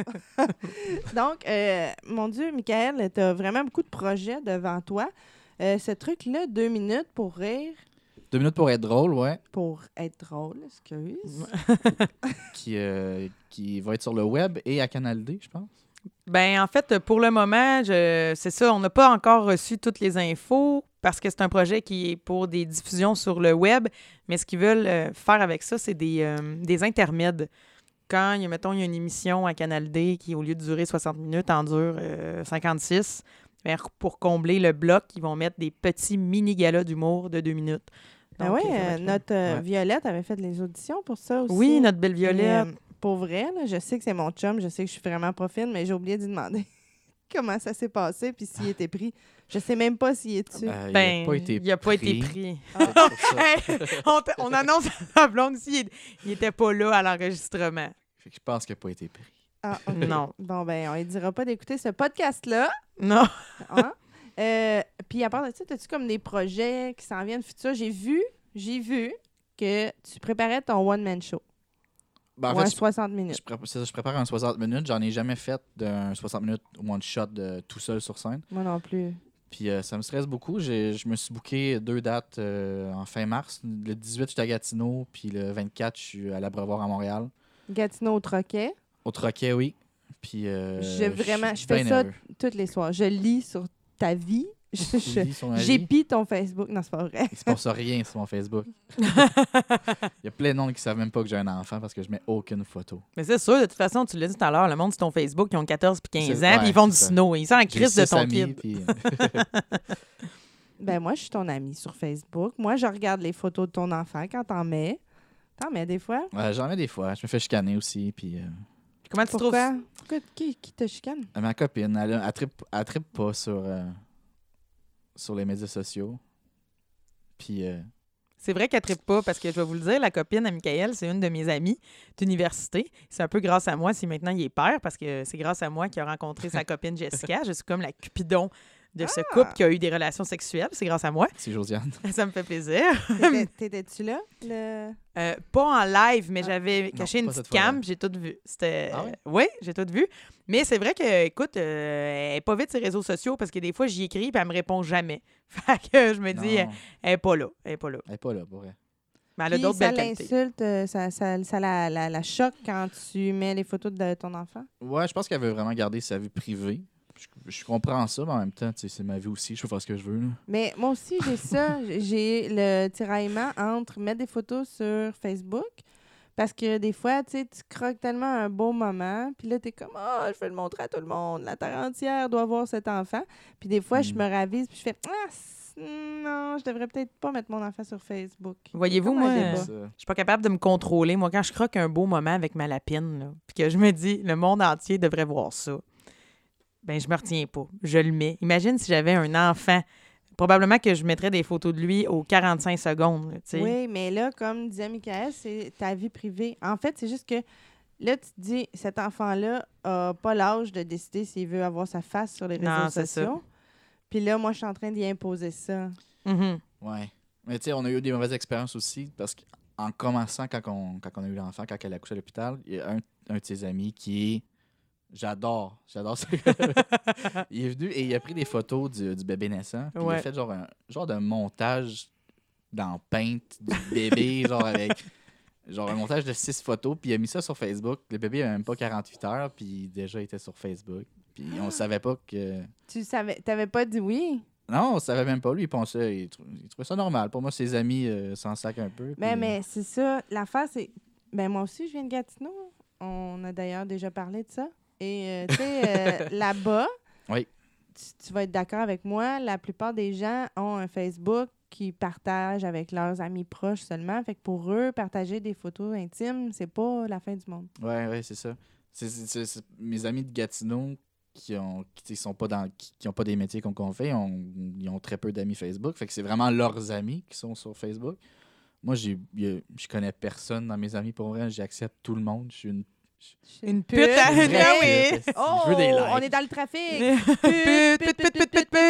Speaker 2: Donc, euh, mon Dieu, Michael, tu as vraiment beaucoup de projets devant toi. Euh, ce truc-là, deux minutes pour rire,
Speaker 4: Deux minutes pour être drôle, ouais.
Speaker 2: pour être drôle, excuse.
Speaker 4: Qui, euh, qui va être sur le web et à Canal D, je pense.
Speaker 3: Ben en fait, pour le moment, je... c'est ça, on n'a pas encore reçu toutes les infos parce que c'est un projet qui est pour des diffusions sur le web, mais ce qu'ils veulent euh, faire avec ça, c'est des, euh, des intermèdes. Quand, il y a, mettons, il y a une émission à Canal D qui, au lieu de durer soixante minutes, en dure euh, cinquante-six, ben, pour combler le bloc, ils vont mettre des petits mini-galas d'humour de deux minutes.
Speaker 2: Ben
Speaker 3: Donc,
Speaker 2: oui,
Speaker 3: ça va
Speaker 2: euh,
Speaker 3: être-
Speaker 2: notre euh,
Speaker 4: Ouais.
Speaker 2: Violette avait fait les auditions pour ça aussi.
Speaker 3: Oui, notre belle
Speaker 2: Et,
Speaker 3: Violette.
Speaker 2: euh, pour vrai, là, je sais que c'est mon chum, je sais que je suis vraiment pas fine, mais j'ai oublié de lui demander comment ça s'est passé puis s'il était pris. Je sais même pas s'il est dessus.
Speaker 4: Euh,
Speaker 3: Ben,
Speaker 4: il a pas été
Speaker 3: il n'a pas été
Speaker 4: pris.
Speaker 3: pris.
Speaker 4: C'est pour ça.
Speaker 3: Hey, on, t- on annonce à la blonde aussi, il n'était pas là à l'enregistrement.
Speaker 4: Fait que je pense qu'il a pas été pris.
Speaker 2: Ah, ok.
Speaker 3: Non.
Speaker 2: Bon, ben, on ne dira pas d'écouter ce podcast-là.
Speaker 3: Non.
Speaker 2: Hein? Euh, puis à part de ça, as-tu comme des projets qui s'en viennent futurs? J'ai vu, j'ai vu que tu préparais ton one-man show.
Speaker 4: Ben, en
Speaker 2: ouais,
Speaker 4: fait, je-
Speaker 2: soixante
Speaker 4: je,
Speaker 2: minutes.
Speaker 4: prép- c'est ça, je prépare un soixante minutes. J'en ai jamais fait d'un soixante minutes one-shot de tout seul sur scène.
Speaker 2: Moi non plus.
Speaker 4: Puis euh, ça me stresse beaucoup. J'ai- Je me suis booké deux dates euh, en fin mars. Le dix-huit, je suis à Gatineau. Puis le vingt-quatre, je suis à l'Abreuvoir à Montréal.
Speaker 2: Gatineau au Troquet.
Speaker 4: Au Troquet, oui. Puis euh,
Speaker 2: Je- vraiment,
Speaker 4: suis
Speaker 2: je fais
Speaker 4: bien
Speaker 2: ça
Speaker 4: nerveux.
Speaker 2: tous les soirs. Je lis sur ta vie. Je-
Speaker 4: Tu
Speaker 2: je-
Speaker 4: lis son avis.
Speaker 2: J'épie ton Facebook. Non, c'est pas vrai.
Speaker 4: Il se passe rien sur mon Facebook. Il y a plein de monde qui savent même pas que j'ai un enfant parce que je mets aucune photo.
Speaker 3: Mais c'est sûr, de toute façon, tu l'as dit tout à l'heure, le monde sur ton Facebook, ils ont quatorze puis quinze
Speaker 4: C'est-
Speaker 3: ans,
Speaker 4: ouais,
Speaker 3: puis ils font du
Speaker 4: c'est ça.
Speaker 3: snow. Ils sont en
Speaker 4: J'ai
Speaker 3: crise de
Speaker 4: six
Speaker 3: ton
Speaker 4: amis,
Speaker 3: kid.
Speaker 4: puis-
Speaker 2: Ben moi, je suis ton amie sur Facebook. Moi, je regarde les photos de ton enfant quand t'en mets. T'en mets des fois.
Speaker 4: Ouais, j'en mets des fois. Je me fais chicaner aussi. Puis, euh,
Speaker 3: Comment tu trouves
Speaker 2: Pourquoi?
Speaker 3: ça?
Speaker 2: Pourquoi? Qui, qui te chicane?
Speaker 4: ma copine, elle, a- elle, trippe, elle trippe pas sur, euh, sur les médias sociaux. Puis... Euh...
Speaker 3: C'est vrai qu'elle trippe pas, parce que je vais vous le dire, la copine à Michael, c'est une de mes amies d'université. C'est un peu grâce à moi si maintenant il est père, parce que c'est grâce à moi qu'il a rencontré sa copine Jessica. Je suis comme la cupidon de ce
Speaker 2: Ah!
Speaker 3: couple qui a eu des relations sexuelles. C'est grâce à moi.
Speaker 4: C'est Josiane.
Speaker 3: Ça me fait plaisir.
Speaker 2: T'étais- T'étais-tu là? Le...
Speaker 3: Euh, pas en live, mais
Speaker 2: Ah.
Speaker 3: j'avais
Speaker 4: Non,
Speaker 3: caché une
Speaker 4: pas cette
Speaker 3: petite cam,
Speaker 4: fois-là.
Speaker 3: j'ai tout vu. C'était...
Speaker 4: Ah ouais?
Speaker 3: Oui, j'ai tout vu. Mais c'est vrai que, écoute, euh, elle est pas vite sur les réseaux sociaux parce que des fois, j'y écris et elle me répond jamais. Fait que je me dis,
Speaker 4: Non,
Speaker 3: elle est pas là. Elle est pas là.
Speaker 4: elle est pas là, pour vrai.
Speaker 3: Mais elle a
Speaker 2: Puis
Speaker 3: d'autres
Speaker 2: ça
Speaker 3: belles qualités.
Speaker 2: l'insulte, euh, ça, ça, ça la, la, la choque quand tu mets les photos de ton enfant?
Speaker 4: Ouais, je pense qu'elle veut vraiment garder sa vie privée. Je, je comprends ça, mais en même temps, tu sais, c'est ma vie aussi. Je peux faire ce que je veux. Là.
Speaker 2: Mais moi aussi, j'ai ça. J'ai le tiraillement entre mettre des photos sur Facebook, parce que des fois, tu sais, tu croques tellement un beau moment, puis là, t'es comme « Ah, oh, je vais le montrer à tout le monde. La terre entière doit voir cet enfant. » Puis des fois, je
Speaker 4: Mm.
Speaker 2: me ravise, puis je fais « Ah, c- non, je devrais peut-être pas mettre mon enfant sur Facebook. »
Speaker 3: Voyez-vous,
Speaker 2: Comme un
Speaker 3: moi,
Speaker 2: débat.
Speaker 3: euh,
Speaker 4: Ça.
Speaker 3: Je suis pas capable de me contrôler. Moi, quand je croque un beau moment avec ma lapine, là, puis que je me dis, le monde entier devrait voir ça, ben je me retiens pas. Je le mets. Imagine si j'avais un enfant. Probablement que je mettrais des photos de lui aux quarante-cinq secondes. Là, tu sais.
Speaker 2: Oui, mais là, comme disait Michael, c'est ta vie privée. En fait, c'est juste que là, tu te dis, cet enfant-là n'a pas l'âge de décider s'il veut avoir sa face sur les réseaux
Speaker 3: Non, c'est
Speaker 2: sociaux. Puis là, moi, je suis en train d'y imposer ça.
Speaker 3: Mhm.
Speaker 4: Ouais. Mais tu sais, on a eu des mauvaises expériences aussi parce qu'en commençant, quand on, quand on a eu l'enfant, quand elle a accouché à l'hôpital, il y a un, un de ses amis qui est. J'adore, j'adore ce gars-là. Il est venu et il a pris des photos du, du bébé naissant. Puis il
Speaker 3: Ouais.
Speaker 4: a fait genre un genre de montage dans Paint du bébé, genre avec genre un montage de six photos. Puis il a mis ça sur Facebook. Le bébé avait même pas quarante-huit heures, puis déjà il était sur Facebook. Puis on savait pas que.
Speaker 2: Tu savais, t'avais pas dit oui?
Speaker 4: Non, on savait même pas. Lui, il pensait, il, trou- il trouvait ça normal. Pour moi, ses amis euh, s'en sacent un peu.
Speaker 2: Mais,
Speaker 4: puis-
Speaker 2: mais c'est ça. L'affaire, c'est... Ben, moi aussi, je viens de Gatineau. On a d'ailleurs déjà parlé de ça. Et, euh, tu sais, euh, là-bas,
Speaker 4: Oui.
Speaker 2: tu, tu vas être d'accord avec moi, la plupart des gens ont un Facebook qui partagent avec leurs amis proches seulement. Fait que pour eux, partager des photos intimes, c'est pas la fin du monde.
Speaker 4: Ouais, ouais, c'est ça. C'est, c'est- c'est- c'est- mes amis de Gatineau qui ont qui tu sais, sont pas dans qui, qui ont pas des métiers qu'on qu'on fait, ont, ils ont très peu d'amis Facebook. Fait que c'est vraiment leurs amis qui sont sur Facebook. Moi, j'ai y a- je connais personne dans mes amis pour vrai, j'accepte tout le monde. Je suis une
Speaker 3: Une pute à
Speaker 4: une
Speaker 3: une
Speaker 4: vraie
Speaker 3: oui.
Speaker 4: pute.
Speaker 2: Oh,
Speaker 4: Je veux des likes.
Speaker 2: on est dans le trafic!
Speaker 3: Pute, pute, pute, pute, pute,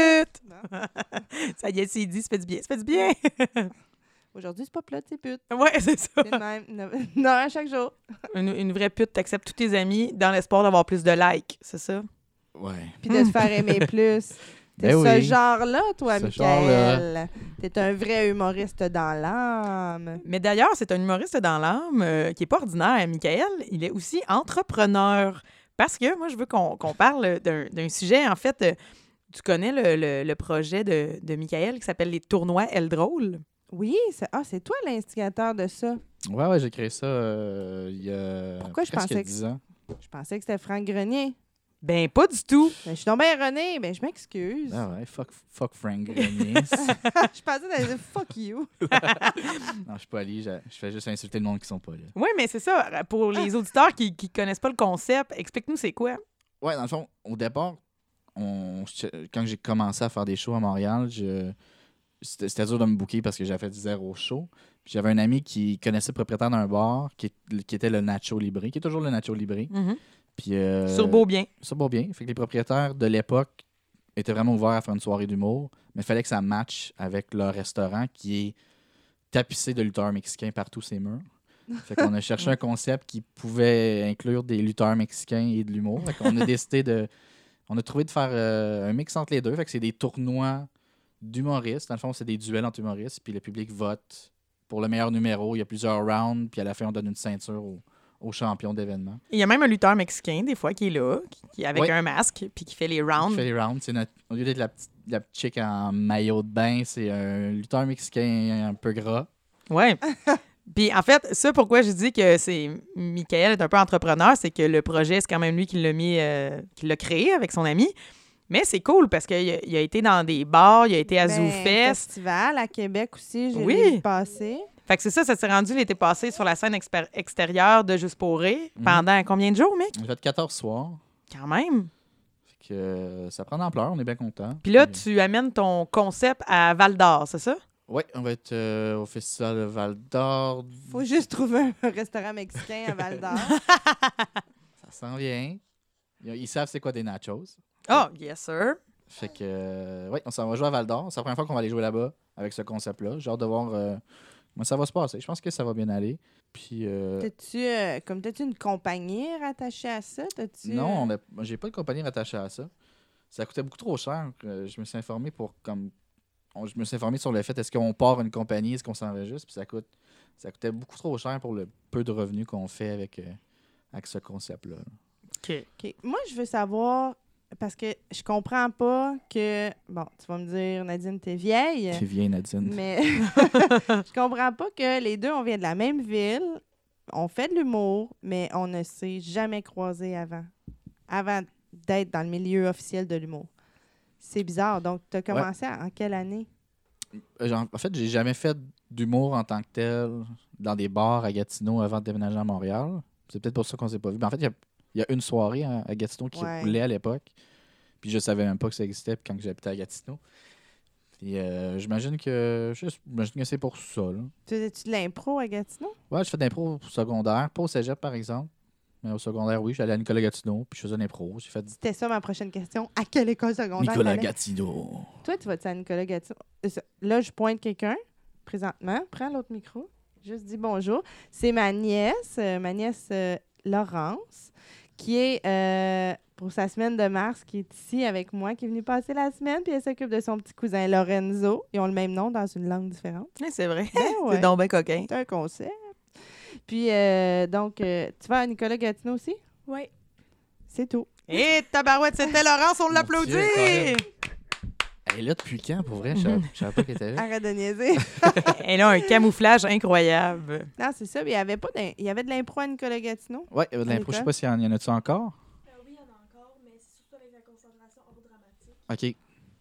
Speaker 3: pute. Ça y est, c'est dit, ça fait du bien, ça fait du bien.
Speaker 2: Aujourd'hui, c'est pas plat, c'est pute.
Speaker 3: Ouais, c'est ça.
Speaker 2: C'est le même. Non, à chaque jour.
Speaker 3: Une, une vraie pute, t'acceptes tous tes amis dans l'espoir d'avoir plus de likes, c'est ça?
Speaker 4: Ouais.
Speaker 2: Puis de se faire aimer plus. T'es
Speaker 4: Ben
Speaker 2: ce
Speaker 4: oui.
Speaker 2: genre-là, toi,
Speaker 4: Ce
Speaker 2: Michael. T'es un vrai humoriste dans l'âme.
Speaker 3: Mais d'ailleurs, c'est un humoriste dans l'âme euh, qui n'est pas ordinaire, Michael. Il est aussi entrepreneur. Parce que moi, je veux qu'on qu'on parle d'un d'un sujet. En fait, euh, tu connais le, le- le projet de, de Michael qui s'appelle les tournois Eldrôle.
Speaker 2: Oui, c'est ah, c'est toi l'instigateur de ça.
Speaker 4: Ouais, ouais, j'ai créé ça euh, il y a
Speaker 2: Pourquoi je
Speaker 4: presque
Speaker 2: pensais que-
Speaker 4: dix ans.
Speaker 2: Je pensais que c'était Franck Grenier.
Speaker 3: Ben, pas du tout.
Speaker 2: Ben, je suis donc bien René. Ben, je m'excuse.
Speaker 4: Ah ouais, fuck, fuck Frank Grenier.
Speaker 2: Je pensais que dire fuck you.
Speaker 4: Non, je suis pas allé, je, je fais juste insulter le monde qui sont pas là.
Speaker 3: Oui, mais c'est ça. Pour les auditeurs qui ne connaissent pas le concept, explique-nous c'est quoi.
Speaker 4: Ouais, dans le fond, au départ, on, quand j'ai commencé à faire des shows à Montréal, je, c'était, c'était dur de me booker parce que j'avais fait zéro show. Puis j'avais un ami qui connaissait le propriétaire d'un bar qui, qui était le Nacho Libre, qui est toujours le Nacho Libre.
Speaker 3: Mhm.
Speaker 4: Puis, euh,
Speaker 3: Sur Beaubien.
Speaker 4: Sur Beaubien. Fait que les propriétaires de l'époque étaient vraiment ouverts à faire une soirée d'humour, mais il fallait que ça matche avec leur restaurant qui est tapissé de lutteurs mexicains partout ses murs. Fait qu'on a cherché un concept qui pouvait inclure des lutteurs mexicains et de l'humour. Fait qu'on a décidé de... On a trouvé de faire euh, un mix entre les deux. Fait que c'est des tournois d'humoristes. Dans le fond, c'est des duels entre humoristes, puis le public vote pour le meilleur numéro. Il y a plusieurs rounds, puis à la fin, on donne une ceinture au, au champion d'événement.
Speaker 3: Il y a même un lutteur mexicain, des fois, qui est là, qui, qui- avec
Speaker 4: Ouais.
Speaker 3: un masque, puis qui fait les
Speaker 4: Qui
Speaker 3: rounds.
Speaker 4: fait les rounds. C'est notre- au lieu d'être la petite, la petite chick en maillot de bain, c'est un lutteur mexicain un peu gras.
Speaker 3: Ouais. Puis en fait, ça, pourquoi je dis que c'est Michael est un peu entrepreneur, c'est que le projet, c'est quand même lui qui l'a mis, euh, qui l'a créé avec son ami. Mais c'est cool parce qu'il a, il a été dans des bars, il a été à
Speaker 2: Ben,
Speaker 3: ZooFest.
Speaker 2: festival à Québec aussi, je
Speaker 3: Oui.
Speaker 2: l'ai vu passer.
Speaker 3: Fait que c'est ça, ça s'est rendu, il était passé sur la scène exper- extérieure de Juste pour rire
Speaker 4: Mhm.
Speaker 3: pendant combien de jours, mec?
Speaker 4: On a fait quatorze soirs.
Speaker 3: Quand même.
Speaker 4: Fait que euh, ça prend d'ampleur, on est bien content.
Speaker 3: Puis là, tu amènes ton concept à Val d'Or, c'est ça?
Speaker 4: Oui, on va être euh, au Festival de Val-d'Or.
Speaker 2: Faut juste trouver un restaurant mexicain à Val-d'Or.
Speaker 4: Ça s'en vient. Ils, ils savent c'est quoi des nachos.
Speaker 3: Oh, yes, sir.
Speaker 4: Fait que, euh, oui, on s'en va jouer à Val-d'Or. C'est la première fois qu'on va aller jouer là-bas avec ce concept-là. J'ai hâte de voir euh, comment ça va se passer. Je pense que ça va bien aller. Puis, euh,
Speaker 2: T'as-tu, euh, comme t'as-tu une compagnie rattachée à ça? T'as-tu,
Speaker 4: non,
Speaker 2: euh,
Speaker 4: on a, j'ai pas de compagnie rattachée à ça. Ça coûtait beaucoup trop cher. Euh, je me suis informé pour comme. on- je me suis informé sur le fait est-ce qu'on part une compagnie, est-ce qu'on s'enregistre, puis ça coûte. Ça coûtait beaucoup trop cher pour le peu de revenus qu'on fait avec, euh, avec ce concept-là.
Speaker 3: OK.
Speaker 2: OK. Moi, je veux savoir, parce que je comprends pas que... Bon, tu vas me dire, Nadine, t'es vieille,
Speaker 4: T'es vieille, Nadine.
Speaker 2: mais je comprends pas que les deux, on vient de la même ville, on fait de l'humour, mais on ne s'est jamais croisés avant. Avant d'être dans le milieu officiel de l'humour. C'est bizarre. Donc, tu as commencé à- en quelle année?
Speaker 4: Euh, genre, En fait, j'ai jamais fait d'humour en tant que tel dans des bars à Gatineau avant de déménager à Montréal. C'est peut-être pour ça qu'on s'est pas vu. Mais en fait, il y a, il y a une soirée à, à Gatineau qui
Speaker 2: Ouais.
Speaker 4: roulait à l'époque. Puis je savais même pas que ça existait quand j'habitais à Gatineau. Puis euh, j'imagine que je- j'imagine que c'est pour ça. Là.
Speaker 2: Faisais-tu de l'impro à Gatineau?
Speaker 4: Ouais, je fais de l'impro au secondaire, pas au cégep par exemple. Mais au secondaire, oui, j'allais à Nicolas Gatineau, puis je faisais de l'impro. J'ai fait du
Speaker 2: C'était ça ma prochaine question. À quelle école secondaire?
Speaker 4: Nicolas
Speaker 2: t'allais?
Speaker 4: Gatineau.
Speaker 2: Toi, tu vas-tu à Nicolas Gatineau? Euh, ça- Là, je pointe quelqu'un, présentement. Prends l'autre micro. Juste dis bonjour. C'est ma nièce, euh, ma nièce euh, Laurence, qui est, euh, pour sa semaine de mars, qui est ici avec moi, qui est venue passer la semaine, puis elle s'occupe de son petit cousin Lorenzo. Ils ont le même nom dans une langue différente.
Speaker 3: Ouais, c'est vrai.
Speaker 2: Ben ouais.
Speaker 3: C'est donc bien coquin.
Speaker 2: C'est un concept. Puis, euh, donc, euh, tu vas à Nicolas Gatineau aussi?
Speaker 10: Oui.
Speaker 2: C'est tout.
Speaker 3: Et tabarouette, c'était Laurence, on
Speaker 4: Mon
Speaker 3: l'applaudit!
Speaker 4: Dieu, Colin. Elle est là depuis quand, pour vrai? Je savais- je savais pas qu'elle était là.
Speaker 2: Arrête de niaiser.
Speaker 3: Elle a un camouflage incroyable.
Speaker 2: Non, c'est ça. Mais il y avait pas d'im- il y avait de l'impro à Nicolas Gatineau.
Speaker 4: Ouais, il y avait de
Speaker 2: À
Speaker 4: l'impro. Je sais
Speaker 2: l'école?
Speaker 4: pas s'il y en y en a-tu encore?
Speaker 10: Euh, oui, il y en a encore, mais c'est surtout avec la concentration hors dramatique.
Speaker 4: OK.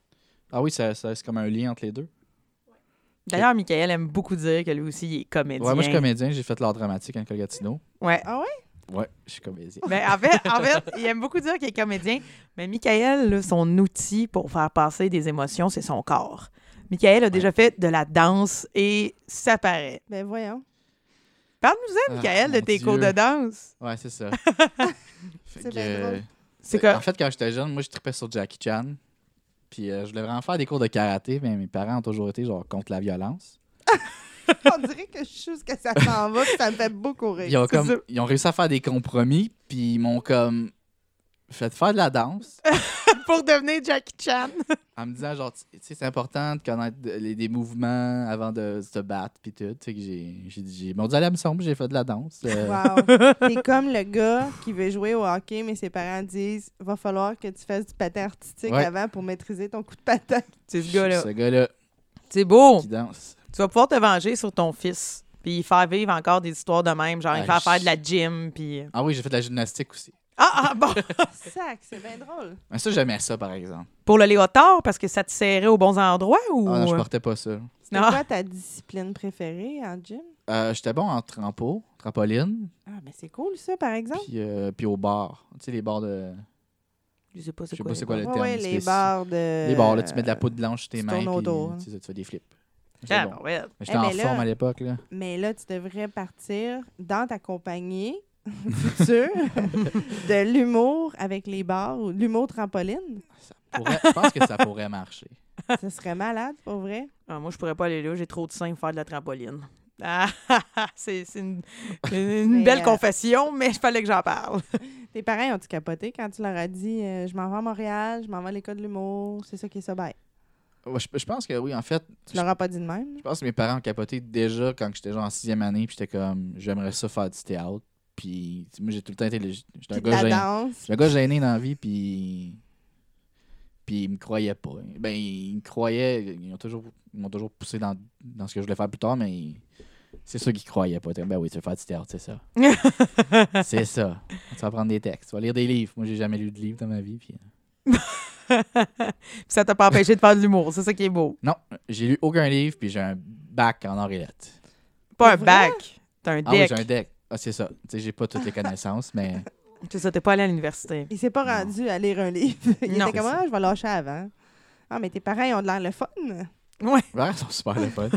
Speaker 4: Ah oui, ça, ça- c'est comme un lien entre les deux.
Speaker 3: D'ailleurs, Michael aime beaucoup dire que lui aussi, il est comédien.
Speaker 4: Ouais, moi, je suis comédien. J'ai fait l'art dramatique à Nicolas Gatineau.
Speaker 3: Ouais.
Speaker 2: Ah ouais?
Speaker 4: Ouais, je suis comédien.
Speaker 3: Ben, en, fait, en fait, il aime beaucoup dire qu'il est comédien, mais Michael, là, son outil pour faire passer des émotions, c'est son corps. Michael a déjà fait de la danse et ça paraît.
Speaker 2: Ben voyons.
Speaker 3: Parle-nous-en,
Speaker 4: Ah,
Speaker 3: Michael, de
Speaker 4: mon
Speaker 3: tes
Speaker 4: Dieu.
Speaker 3: cours de danse.
Speaker 4: Ouais, c'est ça. Fait
Speaker 2: C'est
Speaker 4: que,
Speaker 2: bien drôle.
Speaker 4: euh,
Speaker 3: C'est
Speaker 4: En
Speaker 3: quoi?
Speaker 4: fait, quand j'étais jeune, moi, je tripais sur Jackie Chan. Puis euh, je voulais vraiment faire des cours de karaté, mais mes parents ont toujours été genre contre la violence.
Speaker 2: On dirait que je sais ce que ça s'en va, puis ça me fait beaucoup rire.
Speaker 4: Ils ont,
Speaker 3: c'est
Speaker 4: comme,
Speaker 3: ça.
Speaker 4: ils ont réussi à faire des compromis, puis ils m'ont comme fait faire de la danse
Speaker 3: Pour devenir Jackie Chan.
Speaker 4: en me disant genre, tu tu sais, c'est important de connaître de- les, des mouvements avant de se battre, puis tout. Tu sais, que j'ai, j'ai, j'ai mordu à l'hameçon, puis j'ai fait de la danse. euh,
Speaker 2: Wow. T'es comme le gars qui veut jouer au hockey, mais ses parents disent va falloir que tu fasses du patin artistique
Speaker 4: Ouais.
Speaker 2: avant pour maîtriser ton coup de patin.
Speaker 3: C'est ce gars-là.
Speaker 4: Ce gars-là
Speaker 3: C'est beau.
Speaker 4: qui danse.
Speaker 3: Tu vas pouvoir te venger sur ton fils. Puis faire vivre encore des histoires de même. Genre, il
Speaker 4: Ah,
Speaker 3: faire
Speaker 4: je-
Speaker 3: faire de la gym. Puis.
Speaker 4: Ah oui, j'ai fait de la gymnastique aussi.
Speaker 3: Ah, ah, bon!
Speaker 2: Sac, c'est bien drôle.
Speaker 4: Mais ça, j'aimais ça, par exemple.
Speaker 3: Pour le léotard, parce que ça te serrait aux bons endroits ou.
Speaker 4: Ah non, je portais pas ça.
Speaker 2: C'est
Speaker 3: Non.
Speaker 2: quoi ta discipline préférée en gym?
Speaker 4: Euh, J'étais bon en trampo, trampoline,
Speaker 2: Ah, ben c'est cool ça, par exemple.
Speaker 4: puis, euh, puis au bar. Tu sais, les bars de.
Speaker 3: Je sais pas
Speaker 4: Je
Speaker 3: c'est
Speaker 4: sais
Speaker 3: quoi.
Speaker 4: pas c'est quoi le
Speaker 2: Ouais,
Speaker 4: terme.
Speaker 2: ouais, les
Speaker 4: spécifique.
Speaker 2: barres de.
Speaker 4: Les bars, là, tu mets de la poudre blanche sur tes
Speaker 2: tu
Speaker 4: mains,
Speaker 2: tournes
Speaker 4: puis
Speaker 2: autour.
Speaker 4: tu sais, tu fais des flips. J'étais
Speaker 3: Ah,
Speaker 4: bon.
Speaker 3: ouais.
Speaker 4: J'étais
Speaker 2: Eh,
Speaker 4: en
Speaker 2: mais là-
Speaker 4: forme à l'époque, là.
Speaker 2: Mais là, tu devrais partir dans ta compagnie future de l'humour avec les bars ou l'humour trampoline.
Speaker 4: Ça pourrait- je pense que ça pourrait marcher.
Speaker 2: Ce serait malade, pour vrai.
Speaker 3: Ah, moi, je pourrais pas aller là. J'ai trop de seins pour faire de la trampoline. Ah, c'est c'est une, une
Speaker 2: Mais,
Speaker 3: belle
Speaker 2: euh,
Speaker 3: confession, mais il fallait que j'en parle.
Speaker 2: Tes parents ont-tu capoté quand tu leur as dit euh, je m'en vais à Montréal, je m'en vais à l'école de l'humour, c'est ça qui est ça, bye.
Speaker 4: Ouais, je, je pense que oui, en fait.
Speaker 2: Tu leur as pas dit de même?
Speaker 4: Je pense que mes parents ont capoté déjà quand j'étais genre en sixième année, puis j'étais comme, j'aimerais ça faire du théâtre. Puis tu sais, moi, j'ai tout le temps été. le- J'étais un
Speaker 2: Puis de
Speaker 4: gars
Speaker 2: la
Speaker 4: gêné.
Speaker 2: danse.
Speaker 4: J'étais un gars gêné dans la vie, puis. Puis ils me croyaient pas. Ben, ils me croyaient. Ils ont toujours, ils m'ont toujours poussé dans, dans ce que je voulais faire plus tard, mais ils- c'est ça qu'ils croyaient pas. Ben oui, tu veux faire du théâtre, c'est ça. C'est ça. Tu vas prendre des textes, tu vas lire des livres. Moi, j'ai jamais lu de livres dans ma vie. Puis...
Speaker 3: Puis ça t'a pas empêché de faire de l'humour. C'est ça qui est beau.
Speaker 4: Non, j'ai lu aucun livre, puis j'ai un bac en or et lettres.
Speaker 3: Pas un
Speaker 2: Pour
Speaker 3: bac. T'as un
Speaker 4: Ah oui,
Speaker 3: deck.
Speaker 4: j'ai un deck. Ah, c'est ça. Tu sais, j'ai pas toutes les connaissances, mais.
Speaker 3: C'est ça, t'es pas allé à l'université.
Speaker 2: Il s'est pas
Speaker 4: Non.
Speaker 2: rendu à lire un livre. Il
Speaker 3: Non.
Speaker 2: était comme, ah, je vais lâcher avant. Ah, mais tes parents, ils ont de l'air le fun.
Speaker 3: Ouais.
Speaker 4: Ouais, ils sont super le fun.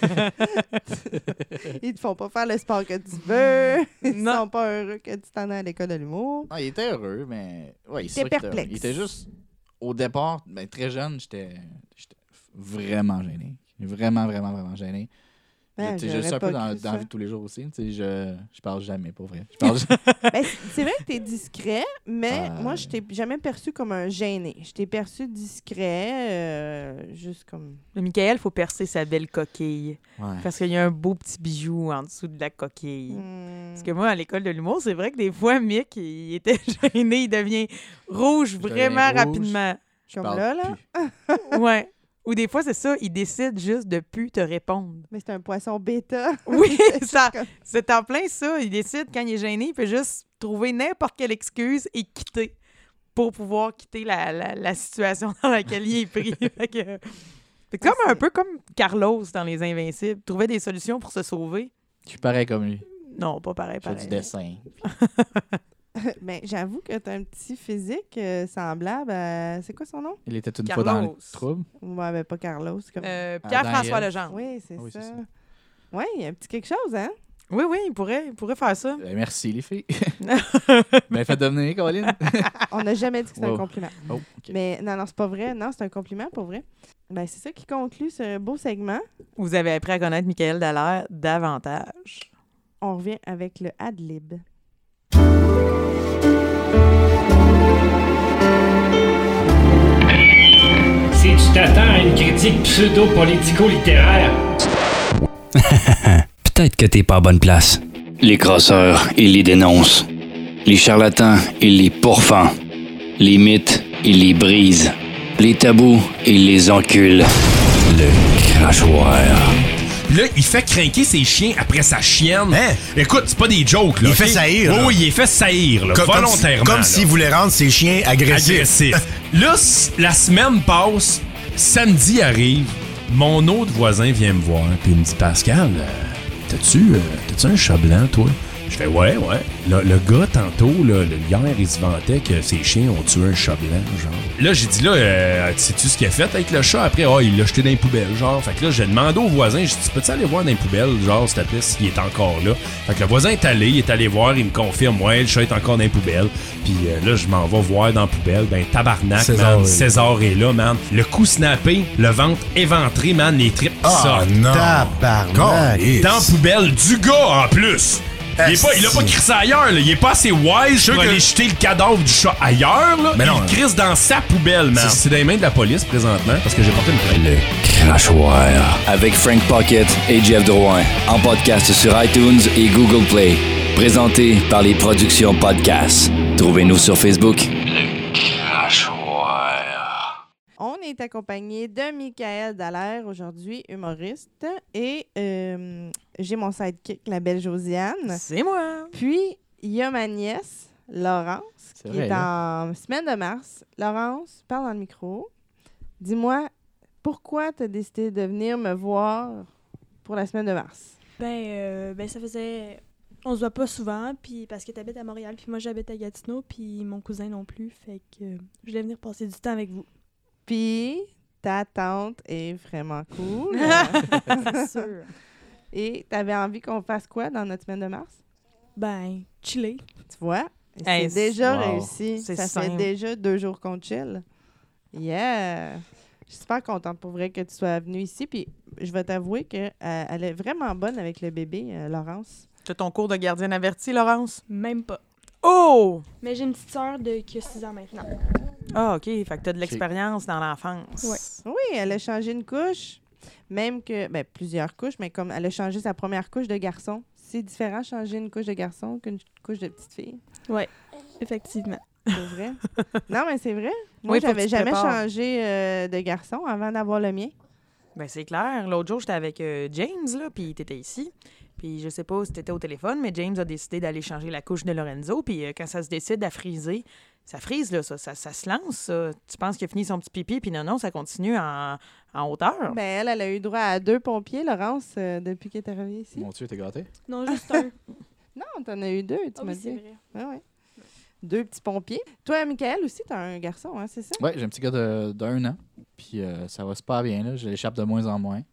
Speaker 2: Ils te font pas faire le sport que tu veux. Ils
Speaker 3: Non.
Speaker 2: sont pas heureux que tu t'en aies à l'école de l'humour.
Speaker 4: Non, il était heureux, mais. Ouais, il
Speaker 2: T'es
Speaker 4: sûr qu'il était
Speaker 2: perplexe.
Speaker 4: heureux. Il était juste. Au départ, ben, très jeune, j'étais j'étais vraiment gêné. Vraiment, vraiment, vraiment gêné.
Speaker 2: Ben,
Speaker 4: Je- tu sais, je
Speaker 2: j'aurais
Speaker 4: suis un
Speaker 2: pas
Speaker 4: peu dans,
Speaker 2: cru
Speaker 4: dans la
Speaker 2: ça.
Speaker 4: vie de tous les jours aussi. Tu sais, je, je parle jamais, pour vrai. Je parle
Speaker 2: Ben, c- c'est vrai que t'es discret, mais
Speaker 4: Ah,
Speaker 2: moi, je t'ai jamais perçu comme un gêné. Je t'ai perçu discret, euh, juste comme...
Speaker 3: Le Michael, il faut percer sa belle coquille.
Speaker 4: Ouais.
Speaker 3: Parce qu'il y a un beau petit bijou en dessous de la coquille.
Speaker 2: Hmm.
Speaker 3: Parce que moi, à l'école de l'humour, c'est vrai que des fois, Mick, il était gêné, il devient rouge
Speaker 4: deviens
Speaker 3: vraiment
Speaker 4: rouge.
Speaker 3: rapidement.
Speaker 4: Je
Speaker 2: Comme
Speaker 4: parle
Speaker 2: là, là.
Speaker 4: plus.
Speaker 3: Ouais. Ou des fois, c'est ça, il décide juste de plus te répondre.
Speaker 2: Mais c'est un poisson bêta.
Speaker 3: Oui,
Speaker 2: C'est
Speaker 3: ça,
Speaker 2: comme-
Speaker 3: c'est en plein ça. Il décide, quand il est gêné, il peut juste trouver n'importe quelle excuse et quitter pour pouvoir quitter la, la, la situation dans laquelle il est pris. Fait que, c'est comme
Speaker 2: Ah,
Speaker 3: un
Speaker 2: c'est-
Speaker 3: peu comme Carlos dans Les Invincibles. Trouver des solutions pour se sauver.
Speaker 4: Je suis pareil comme lui.
Speaker 3: Non, pas pareil,
Speaker 4: Je fais
Speaker 3: pareil.
Speaker 4: du dessin.
Speaker 2: Mais j'avoue que t'as un petit physique euh, semblable à... C'est quoi son nom?
Speaker 4: Il était une fois dans le
Speaker 3: Carlos.
Speaker 4: trouble.
Speaker 2: Ouais, ben pas Carlos. Comme...
Speaker 3: Euh,
Speaker 4: Ah,
Speaker 3: Pierre-François
Speaker 4: Daniel.
Speaker 3: Legendre.
Speaker 2: Oui, c'est
Speaker 4: Ah oui, c'est
Speaker 2: ça.
Speaker 4: ça.
Speaker 2: Oui, il y a un petit quelque chose, hein?
Speaker 3: Oui, oui, il pourrait, il pourrait faire ça.
Speaker 4: Ben, merci, les filles. ben, faites devenir, Colin.
Speaker 2: On n'a jamais dit que c'était
Speaker 4: Wow.
Speaker 2: un compliment.
Speaker 4: Oh, OK.
Speaker 2: Mais non, non, c'est pas vrai. Non, c'est un compliment, pour vrai. Ben, c'est ça qui conclut ce beau segment.
Speaker 3: Vous avez appris à connaître Michael Dallaire davantage.
Speaker 2: On revient avec le ad-lib.
Speaker 11: Si tu t'attends à une critique pseudo-politico-littéraire,
Speaker 1: Peut-être que t'es pas à bonne place.
Speaker 5: Les crosseurs, ils les dénoncent. Les charlatans, ils les pourfendent. Les mythes, ils les brisent. Les tabous, ils les enculent. Le crachoir.
Speaker 8: Là, il fait craquer ses chiens après sa chienne.
Speaker 6: Hein?
Speaker 8: Écoute, c'est pas des jokes, là.
Speaker 6: Il
Speaker 8: ok?
Speaker 6: fait saillir,
Speaker 8: Oui,
Speaker 6: là.
Speaker 8: oui, il fait saillir, là,
Speaker 6: Comme, comme si-
Speaker 8: volontairement.
Speaker 6: Comme
Speaker 8: là.
Speaker 6: s'il voulait rendre ses chiens agressifs.
Speaker 8: Agressif. Là, s- la semaine passe, samedi arrive, mon autre voisin vient me voir, puis il me dit, Pascal, euh, t'as-tu, euh, t'as-tu un chat blanc, toi? Je fais, ouais, ouais. Le, le gars, tantôt, là, le, hier, il se vantait que ses chiens ont tué un chat blanc, genre. Là, j'ai dit, là, euh, sais-tu ce qu'il a fait avec le chat? Après, oh, il l'a jeté dans les poubelles, genre. Fait que là, j'ai demandé au voisin, j'ai dit, peux-tu aller voir dans les poubelles, genre, s'il te plaît, s'il est encore là? Fait que le voisin est allé, il est allé voir, il me confirme, ouais, le chat est encore dans les poubelles. Puis euh, là, je m'en vais voir dans les poubelles. Ben, tabarnak,
Speaker 6: César
Speaker 8: man.
Speaker 6: est-
Speaker 8: César est là, man. Le cou snappé, le ventre éventré, man, les tripes qui
Speaker 6: Ah
Speaker 8: sortent.
Speaker 6: non.
Speaker 8: Tabarnak.
Speaker 6: Calisse.
Speaker 8: Dans la poubelle du gars, en plus. Il, est pas, il a pas crissé ailleurs, là. Il est pas assez wise pour
Speaker 6: que-
Speaker 8: aller jeter le cadavre du chat ailleurs, là.
Speaker 6: Mais
Speaker 8: il
Speaker 6: non,
Speaker 8: le crisse dans sa poubelle, man. C'est dans les mains de la police, présentement, parce que j'ai porté une plainte.
Speaker 5: Le crachoir. Avec Frank Pocket et Jeff Drouin. En podcast sur iTunes et Google Play. Présenté par les Productions Podcast. Trouvez-nous sur Facebook. Le crachoir.
Speaker 2: On est accompagné de Michael Dallaire aujourd'hui, humoriste. Et euh, j'ai mon sidekick, la belle Josiane.
Speaker 3: C'est moi.
Speaker 2: Puis, il y a ma nièce, Laurence,
Speaker 4: C'est
Speaker 2: qui
Speaker 4: vrai,
Speaker 2: est en semaine de mars. Laurence, parle dans le micro. Dis-moi, pourquoi tu as décidé de venir me voir pour la semaine de mars?
Speaker 10: Ben, euh, ben ça faisait... On se voit pas souvent, puis parce que tu habites à Montréal, puis moi j'habite à Gatineau, puis mon cousin non plus, fait que euh, je voulais venir passer du temps avec vous.
Speaker 2: Puis, ta tante est vraiment cool.
Speaker 10: C'est sûr.
Speaker 2: Et tu avais envie qu'on fasse quoi dans notre semaine de mars?
Speaker 10: Ben, chiller.
Speaker 2: Tu vois? C'est
Speaker 3: Hey,
Speaker 2: déjà
Speaker 4: wow.
Speaker 2: réussi.
Speaker 3: C'est
Speaker 2: Ça fait
Speaker 3: simple.
Speaker 2: déjà deux jours qu'on chill. Yeah! Je suis super contente pour vrai que tu sois venue ici. Puis je vais t'avouer qu'elle elle est vraiment bonne avec le bébé, euh, Laurence.
Speaker 3: C'est ton cours de gardienne avertie, Laurence?
Speaker 10: Même pas.
Speaker 3: Oh!
Speaker 10: Mais j'ai une petite sœur de qui a six ans maintenant.
Speaker 3: Ah, OK. Fait que t'as de l'expérience dans l'enfance.
Speaker 10: Ouais.
Speaker 2: Oui, elle a changé une couche. Même que, ben, plusieurs couches, mais comme elle a changé sa première couche de garçon. C'est différent changer une couche de garçon qu'une couche de petite fille.
Speaker 10: Ouais, effectivement.
Speaker 2: C'est vrai. Non, mais c'est vrai. Moi,
Speaker 3: Oui, faut que
Speaker 2: j'avais
Speaker 3: tu te
Speaker 2: jamais
Speaker 3: prépares.
Speaker 2: changé euh, de garçon avant d'avoir le mien.
Speaker 3: Ben, c'est clair. L'autre jour, j'étais avec euh, James, là, puis t'étais ici. Puis je sais pas si t'étais au téléphone, mais James a décidé d'aller changer la couche de Lorenzo. Puis euh, quand ça se décide à friser, ça frise, là, ça, ça, ça se lance, ça. Tu penses qu'il a fini son petit pipi, puis non, non, ça continue en, en hauteur.
Speaker 2: Ben, elle, elle a eu droit à deux pompiers, Laurence, euh, depuis qu'elle est arrivée ici.
Speaker 4: Mon Dieu, t'es gâté?
Speaker 10: Non, juste un.
Speaker 2: Non, t'en as eu deux, tu
Speaker 10: Ah
Speaker 2: m'as
Speaker 10: oui, c'est
Speaker 2: dit.
Speaker 10: vrai.
Speaker 2: Ouais, ouais. Deux petits pompiers. Toi, Michael, aussi, t'as un garçon, hein, c'est ça?
Speaker 4: Ouais, j'ai un petit gars de- d'un an. Puis euh, ça va super bien, là. Je l'échappe de moins en moins.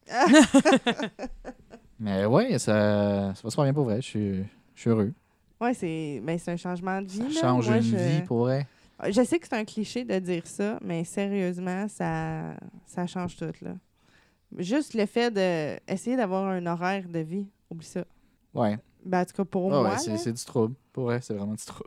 Speaker 4: Mais ouais, ça, ça va super bien pour vrai. Je suis, je suis heureux.
Speaker 2: Ouais, c'est ben, c'est un changement de vie.
Speaker 4: Ça
Speaker 2: là.
Speaker 4: change
Speaker 2: Moi,
Speaker 4: une
Speaker 2: je...
Speaker 4: vie pour vrai.
Speaker 2: Je sais que c'est un cliché de dire ça, mais sérieusement, ça, ça change tout, là. Juste le fait d'essayer d'avoir un horaire de vie, oublie ça.
Speaker 4: Ouais.
Speaker 2: Ben, en tout cas, pour
Speaker 4: Ah
Speaker 2: moi,
Speaker 4: ouais, c'est,
Speaker 2: là.
Speaker 4: c'est du trouble. Pour vrai, c'est vraiment du trouble.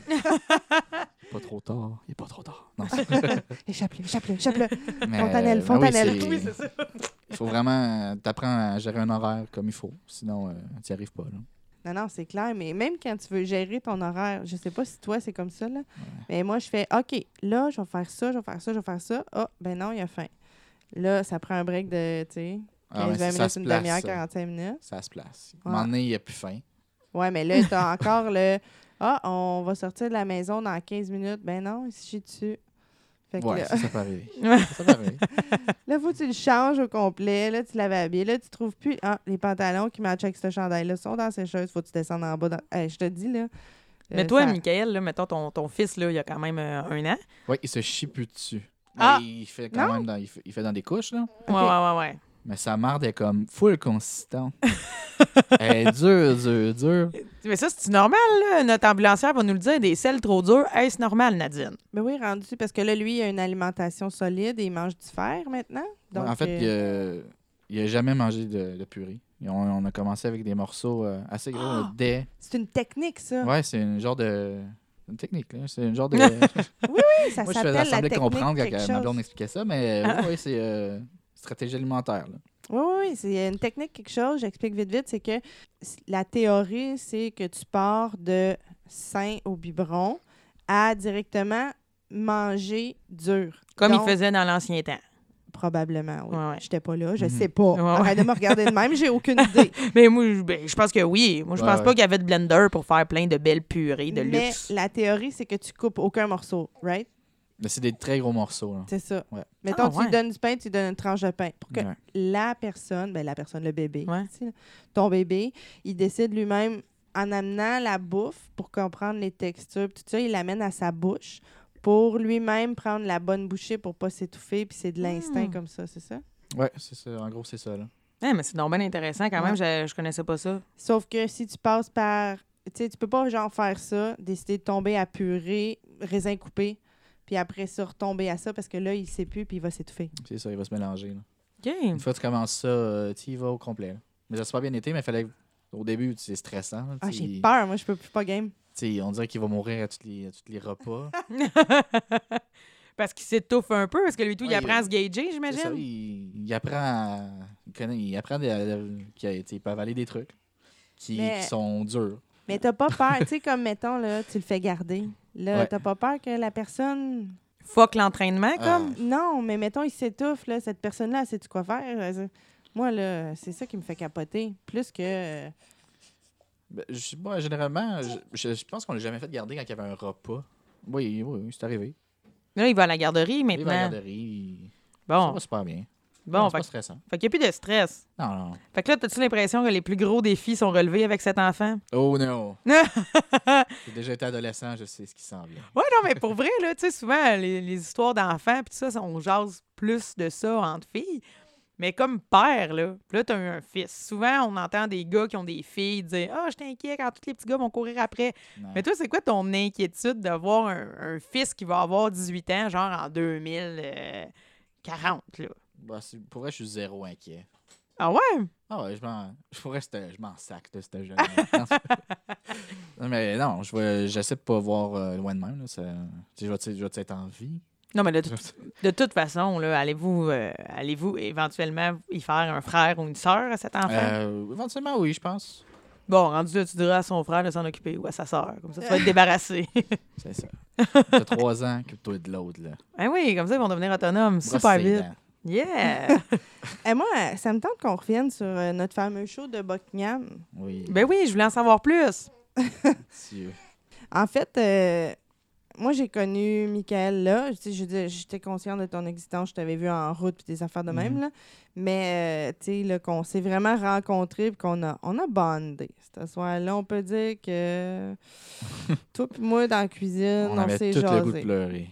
Speaker 4: Pas trop tard. Il est pas trop tard. Non,
Speaker 2: échappe-le, échappe-le, échappe-le.
Speaker 4: Mais,
Speaker 2: Fontanelle,
Speaker 4: ben oui,
Speaker 2: fontanelle.
Speaker 4: c'est-
Speaker 3: Oui, c'est ça.
Speaker 4: Il faut vraiment... T'apprends à gérer un horaire comme il faut. Sinon, euh, tu n'y arrives pas, là.
Speaker 2: Non, non, c'est clair, mais même quand tu veux gérer ton horaire, je sais pas si toi, c'est comme ça, là, mais moi, je fais, OK, là, je vais faire ça, je vais faire ça, je vais faire ça. Ah, ben non, il a faim. Là, ça prend un break de, tu sais,
Speaker 4: Ah, mais
Speaker 2: quinze vingt
Speaker 4: ça
Speaker 2: minutes,
Speaker 4: se
Speaker 2: une
Speaker 4: place,
Speaker 2: demi-heure,
Speaker 4: ça.
Speaker 2: quarante-cinq minutes.
Speaker 4: Ça se place. À un
Speaker 2: Ouais.
Speaker 4: moment donné, il n'y a plus faim.
Speaker 2: Ouais, mais là, t'as encore le, ah, on va sortir de la maison dans quinze minutes. Ben non, il se chie dessus. Fait que
Speaker 4: Ouais,
Speaker 2: là,
Speaker 4: ça, ça peut arriver. ça peut arriver.
Speaker 2: là, faut que tu le changes au complet. Là, tu l'avais habillé. Là, tu trouves plus. Ah, les pantalons qui matchent avec ce chandail-là sont dans ces choses. Faut que tu descendes en bas. Dans... Hey, je te dis, là.
Speaker 3: Mais
Speaker 2: euh,
Speaker 3: toi,
Speaker 2: ça-
Speaker 3: Michael, là, mettons ton, ton fils, là, il y a quand même euh, un an.
Speaker 4: Oui, il se chie plus dessus.
Speaker 3: Ah!
Speaker 4: Mais il fait quand
Speaker 2: Non?
Speaker 4: même dans, il fait, il fait dans des couches, là.
Speaker 3: Ouais, ouais, ouais, ouais.
Speaker 4: Mais sa marde est comme full consistante. Elle est dure, dure, dure.
Speaker 3: Mais ça, c'est normal, là? Notre ambulancière va nous le dire, des selles trop dures. Est-ce normal, Nadine?
Speaker 2: Ben oui, rendu, parce que là, lui, il a une alimentation solide et il mange du fer maintenant. Donc,
Speaker 4: Ouais, en fait,
Speaker 2: euh,
Speaker 4: il, a, il a jamais mangé de, de purée. Et on, on a commencé avec des morceaux euh, assez gros
Speaker 2: Ah!
Speaker 4: là, dès.
Speaker 2: c'est une technique, ça.
Speaker 4: Ouais, c'est une genre de. Une technique, là. C'est une genre de.
Speaker 2: Oui, oui, ça
Speaker 4: Moi, je
Speaker 2: s'appelle
Speaker 4: faisais
Speaker 2: la
Speaker 4: sembler de
Speaker 2: technique
Speaker 4: comprendre quand
Speaker 2: quelque
Speaker 4: ma
Speaker 2: chose.
Speaker 4: blonde expliquait ça, mais
Speaker 3: Ah.
Speaker 4: oui, ouais, c'est euh, stratégie alimentaire. Là.
Speaker 2: Oui, oui, oui, c'est une technique, quelque chose. J'explique vite, vite. C'est que c- la théorie, c'est que tu pars de sain au biberon à directement manger dur.
Speaker 3: Comme
Speaker 2: Donc,
Speaker 3: il faisait dans l'ancien temps.
Speaker 2: Probablement, oui.
Speaker 3: Ouais, ouais.
Speaker 2: J'étais pas là, je
Speaker 4: Mhm.
Speaker 2: sais pas.
Speaker 3: Ouais, ouais.
Speaker 2: Arrête de me regarder de même, j'ai aucune idée.
Speaker 3: Mais moi, je- ben, je pense que oui. Moi, je
Speaker 4: Ouais,
Speaker 3: pense
Speaker 4: ouais.
Speaker 3: pas qu'il y avait de blender pour faire plein de belles purées de
Speaker 2: Mais
Speaker 3: luxe.
Speaker 2: la théorie, c'est que tu coupes aucun morceau, right?
Speaker 4: Mais c'est des très gros morceaux. Là.
Speaker 2: C'est ça.
Speaker 4: Ouais.
Speaker 2: Mettons,
Speaker 3: Ah,
Speaker 2: tu
Speaker 3: ouais.
Speaker 2: lui donnes du pain, tu lui donnes une tranche de pain. Pour que
Speaker 4: Ouais.
Speaker 2: la personne, ben la personne, le bébé,
Speaker 3: Ouais.
Speaker 2: tu sais, ton bébé, il décide lui-même, en amenant la bouffe pour comprendre les textures, tout ça, il l'amène à sa bouche pour lui-même prendre la bonne bouchée pour pas s'étouffer, puis c'est de l'instinct
Speaker 3: Mm.
Speaker 2: comme ça, c'est ça?
Speaker 4: Ouais, c'est ça. En gros, c'est ça. Là.
Speaker 3: Hein, mais c'est donc bien intéressant quand même.
Speaker 2: Ouais.
Speaker 3: Je, je connaissais pas ça.
Speaker 2: Sauf que si tu passes par... Tu sais, tu peux pas, genre, faire ça, décider de tomber à purée, raisin coupé, puis après ça, retomber à ça, parce que là, il sait plus, puis il va s'étouffer.
Speaker 4: C'est ça, il va se mélanger. Là.
Speaker 3: OK.
Speaker 4: Une fois que tu commences ça, euh, tu y vas au complet. Là. Mais ça s'est pas bien été, mais il fallait. Au début, c'est stressant. là,
Speaker 2: Ah,
Speaker 4: tu sais,
Speaker 2: j'ai
Speaker 4: il-
Speaker 2: peur, moi, je peux plus pas game.
Speaker 4: tu sais, on dirait qu'il va mourir à tous les, à tous les repas.
Speaker 3: Parce qu'il s'étouffe un peu, parce que lui, tout, il
Speaker 4: Ouais,
Speaker 3: apprend à
Speaker 4: il-
Speaker 3: se gager,
Speaker 4: C'est ça,
Speaker 3: j'imagine.
Speaker 4: il, il apprend à, il, connaît, il apprend des- à- qu'il a- tu sais, il peut avaler des trucs qui,
Speaker 2: Mais-
Speaker 4: qui sont durs.
Speaker 2: Mais t'as pas peur, tu sais, comme, mettons, là, tu le fais garder. Là,
Speaker 4: Ouais.
Speaker 2: t'as pas peur que la personne...
Speaker 3: Fuck l'entraînement, comme.
Speaker 4: Ah.
Speaker 2: Non, mais mettons, il s'étouffe, là, cette personne-là, sais-tu quoi faire? Euh, Moi, là, c'est ça qui me fait capoter. Plus que... euh,
Speaker 4: Ben, je, moi, généralement, je, je- je pense qu'on l'a jamais fait garder quand il y avait un repas. Oui, oui, oui, c'est arrivé.
Speaker 3: Là, il va à la garderie
Speaker 4: Il va à la
Speaker 3: maintenant.
Speaker 4: garderie. il- Ça
Speaker 3: Bon,
Speaker 4: va super bien.
Speaker 3: bon,
Speaker 4: Non, c'est
Speaker 3: fait,
Speaker 4: pas stressant.
Speaker 3: fait qu'il n'y a plus de stress.
Speaker 4: Non, non.
Speaker 3: Fait que là, as-tu l'impression que les plus gros défis sont relevés avec cet enfant?
Speaker 4: Oh non! J'ai déjà été adolescent, je sais ce qui s'en vient.
Speaker 3: Ouais, non, mais pour vrai, là, tu sais, souvent, les, les histoires d'enfants, puis tout ça, on jase plus de ça entre filles. Mais comme père, là, puis là, t'as un fils. Souvent, on entend des gars qui ont des filles dire « Ah, je t'inquiète quand tous les petits gars vont courir après. »
Speaker 4: Non.
Speaker 3: Mais toi, c'est quoi ton inquiétude d'avoir un, un fils qui va avoir dix-huit ans, genre en deux mille quarante, là?
Speaker 4: Bah, c'est- pour vrai, je suis zéro inquiet.
Speaker 3: Ah ouais?
Speaker 4: Ah ouais, je m'en. Je pourrais, c'était- je m'en sac de ce jeune. Non, mais non, je vais- j'essaie de pas voir euh, loin de même. Là, ça, tu sais, je vais je vais être en vie.
Speaker 3: Non, mais de, tout- de toute façon, là, allez-vous euh, allez-vous éventuellement y faire un frère ou une sœur à cet enfant?
Speaker 4: Euh, éventuellement, oui, je pense.
Speaker 3: Bon, rendu là, tu diras à son frère de s'en occuper ou à sa sœur. Comme ça, tu vas être débarrassé.
Speaker 4: C'est ça. T'as trois ans, occupe-toi de l'autre. là.
Speaker 3: Ah oui, comme ça, ils vont devenir autonomes super
Speaker 4: Brosse ses
Speaker 3: vite.
Speaker 4: dents.
Speaker 3: Yeah!
Speaker 2: Et moi, ça me tente qu'on revienne sur euh, notre fameux show de Buckingham.
Speaker 4: Oui.
Speaker 3: Ben oui, je voulais en savoir plus.
Speaker 4: Dieu.
Speaker 2: En fait, euh, moi, j'ai connu Michael là. Tu sais, je veux dire, j'étais consciente de ton existence. Je t'avais vu en route puis des affaires de même.
Speaker 4: Mhm.
Speaker 2: Là. Mais, euh, tu sais, là, qu'on s'est vraiment rencontrés puis qu'on a, on a bondé. Ce soir-là, on peut dire que toi puis moi, dans la cuisine,
Speaker 4: On
Speaker 2: on,
Speaker 4: avait
Speaker 2: s'est
Speaker 4: tout le goût de
Speaker 2: jasé.
Speaker 4: pleurer.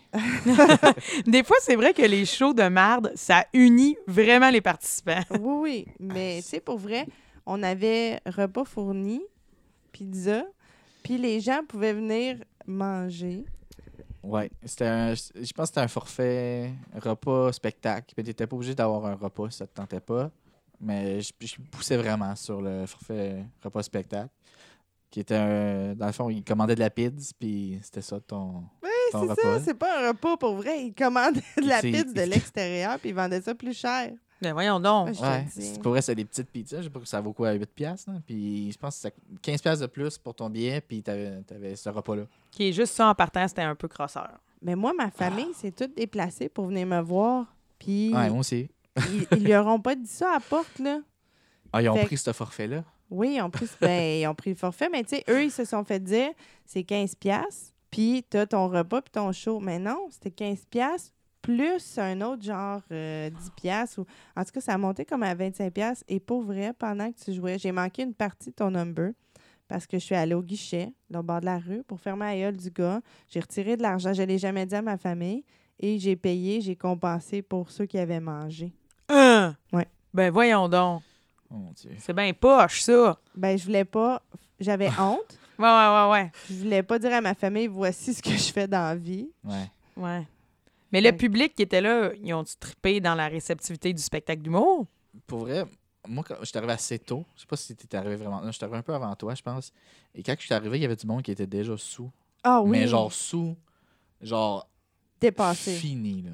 Speaker 3: Des fois, c'est vrai que les shows de marde, ça unit vraiment les participants.
Speaker 2: Oui, oui. Mais, tu sais, pour vrai, on avait repas fourni, pizza, puis les gens pouvaient venir manger.
Speaker 4: Ouais, c'était un, je pense que c'était un forfait repas spectacle. Tu n'étais pas obligé d'avoir un repas si ça te tentait pas. Mais je, je poussais vraiment sur le forfait repas spectacle. Qui était un, dans le fond, ils commandaient de la pizza, puis c'était ça ton,
Speaker 2: Oui,
Speaker 4: ton
Speaker 2: c'est
Speaker 4: repas.
Speaker 2: ça. C'est pas un repas pour vrai. Ils commandaient de la
Speaker 4: C'est-
Speaker 2: pizza de l'extérieur, puis ils vendaient ça plus cher.
Speaker 3: Ben voyons donc.
Speaker 2: Ouais, je te
Speaker 4: Ouais,
Speaker 2: dis.
Speaker 4: c'est- pour vrai, c'est des petites pizzas. Je sais pas que ça vaut quoi, huit piastres. Là. Puis je pense que c'est quinze piastres de plus pour ton billet, puis t'avais, t'avais ce repas-là.
Speaker 3: Qui est juste ça en partant, c'était un peu crosseur.
Speaker 2: Mais moi, ma famille s'est toute déplacée pour venir me voir. Puis
Speaker 4: Ouais, moi aussi.
Speaker 2: ils, ils lui auront pas dit ça à la porte, là.
Speaker 4: Ah, ils ont
Speaker 2: Fait
Speaker 4: pris ce forfait-là.
Speaker 2: Oui, ils ont pris, ben, ils ont pris le forfait, mais tu sais, eux, ils se sont fait dire c'est quinze piastres, puis t'as ton repas puis ton show. Mais non, c'était quinze piastres plus un autre genre euh, dix piastres. Ou... En tout cas, ça a monté comme à vingt-cinq piastres. Et pour vrai, pendant que tu jouais, j'ai manqué une partie de ton number parce que je suis allée au guichet, là, au bord de la rue, pour faire ma gueule du gars. J'ai retiré de l'argent, je ne l'ai jamais dit à ma famille. Et j'ai payé, j'ai compensé pour ceux qui avaient mangé.
Speaker 3: Hein?
Speaker 2: Ouais.
Speaker 3: Ben voyons donc.
Speaker 4: Oh mon Dieu.
Speaker 3: C'est bien poche, ça.
Speaker 2: Ben, je voulais pas... J'avais honte.
Speaker 3: Ouais, ouais, ouais, ouais.
Speaker 2: Je voulais pas dire à ma famille, voici ce que je fais dans la vie.
Speaker 4: Ouais.
Speaker 3: Ouais. Mais le
Speaker 2: Ouais.
Speaker 3: public qui était là, ils ont-tu trippé dans la réceptivité du spectacle d'humour?
Speaker 4: Pour vrai, moi, quand je suis arrivé assez tôt, je sais pas si tu es arrivé vraiment. Non, je suis arrivé un peu avant toi, je pense. Et quand je suis arrivé, il y avait du monde qui était déjà sous.
Speaker 2: Ah oui,
Speaker 4: Mais genre sous, genre
Speaker 2: dépassé.
Speaker 4: fini, là.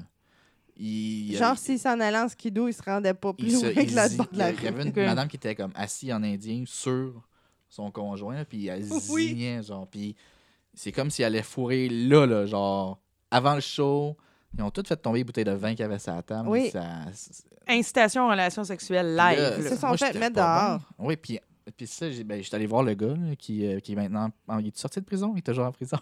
Speaker 4: Il,
Speaker 2: Genre,
Speaker 4: il-
Speaker 2: s'il s'en allait en skidoo, il se rendait pas
Speaker 4: il
Speaker 2: plus
Speaker 4: se-
Speaker 2: loin
Speaker 4: il
Speaker 2: que la
Speaker 4: zi-
Speaker 2: bord de la
Speaker 4: il y avait une
Speaker 3: Ok.
Speaker 4: madame qui était comme assise en indien sur son conjoint, là, puis elle
Speaker 3: Oui.
Speaker 4: zignait, genre. Puis c'est comme si elle allait fourrer là, là, genre, avant le show. Ils ont tous fait tomber les bouteilles de vin qu'il y avait sur la table.
Speaker 2: Oui.
Speaker 4: Ça, c'est-
Speaker 3: Incitation en relation sexuelle
Speaker 4: Là,
Speaker 3: live.
Speaker 2: Ils
Speaker 3: là.
Speaker 2: se sont
Speaker 4: moi,
Speaker 2: fait
Speaker 4: j'étais
Speaker 2: mettre
Speaker 4: pas
Speaker 2: dehors.
Speaker 4: bien. Oui, puis, puis ça, j'ai, ben, j'étais allé voir le gars là, qui, euh, qui est maintenant. en- Il est sorti de prison? Il est toujours en prison?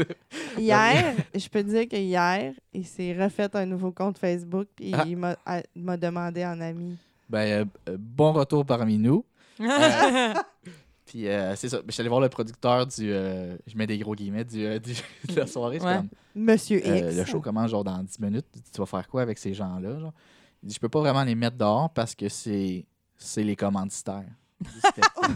Speaker 2: Hier, je peux te dire que hier, il s'est refait un nouveau compte Facebook puis
Speaker 4: Ah.
Speaker 2: il m'a, a- m'a demandé en ami.
Speaker 4: ben, euh, euh, bon retour parmi nous. Euh, Puis euh, c'est ça. Ben, je suis allé voir le producteur du. euh, je mets des gros guillemets du, euh, du- de la soirée. C'est
Speaker 3: Ouais.
Speaker 4: comme,
Speaker 2: Monsieur X.
Speaker 4: euh, le show commence genre dans dix minutes. Tu vas faire quoi avec ces gens-là? Genre? Il dit, je peux pas vraiment les mettre dehors parce que c'est, c'est les commanditaires. du spectacle.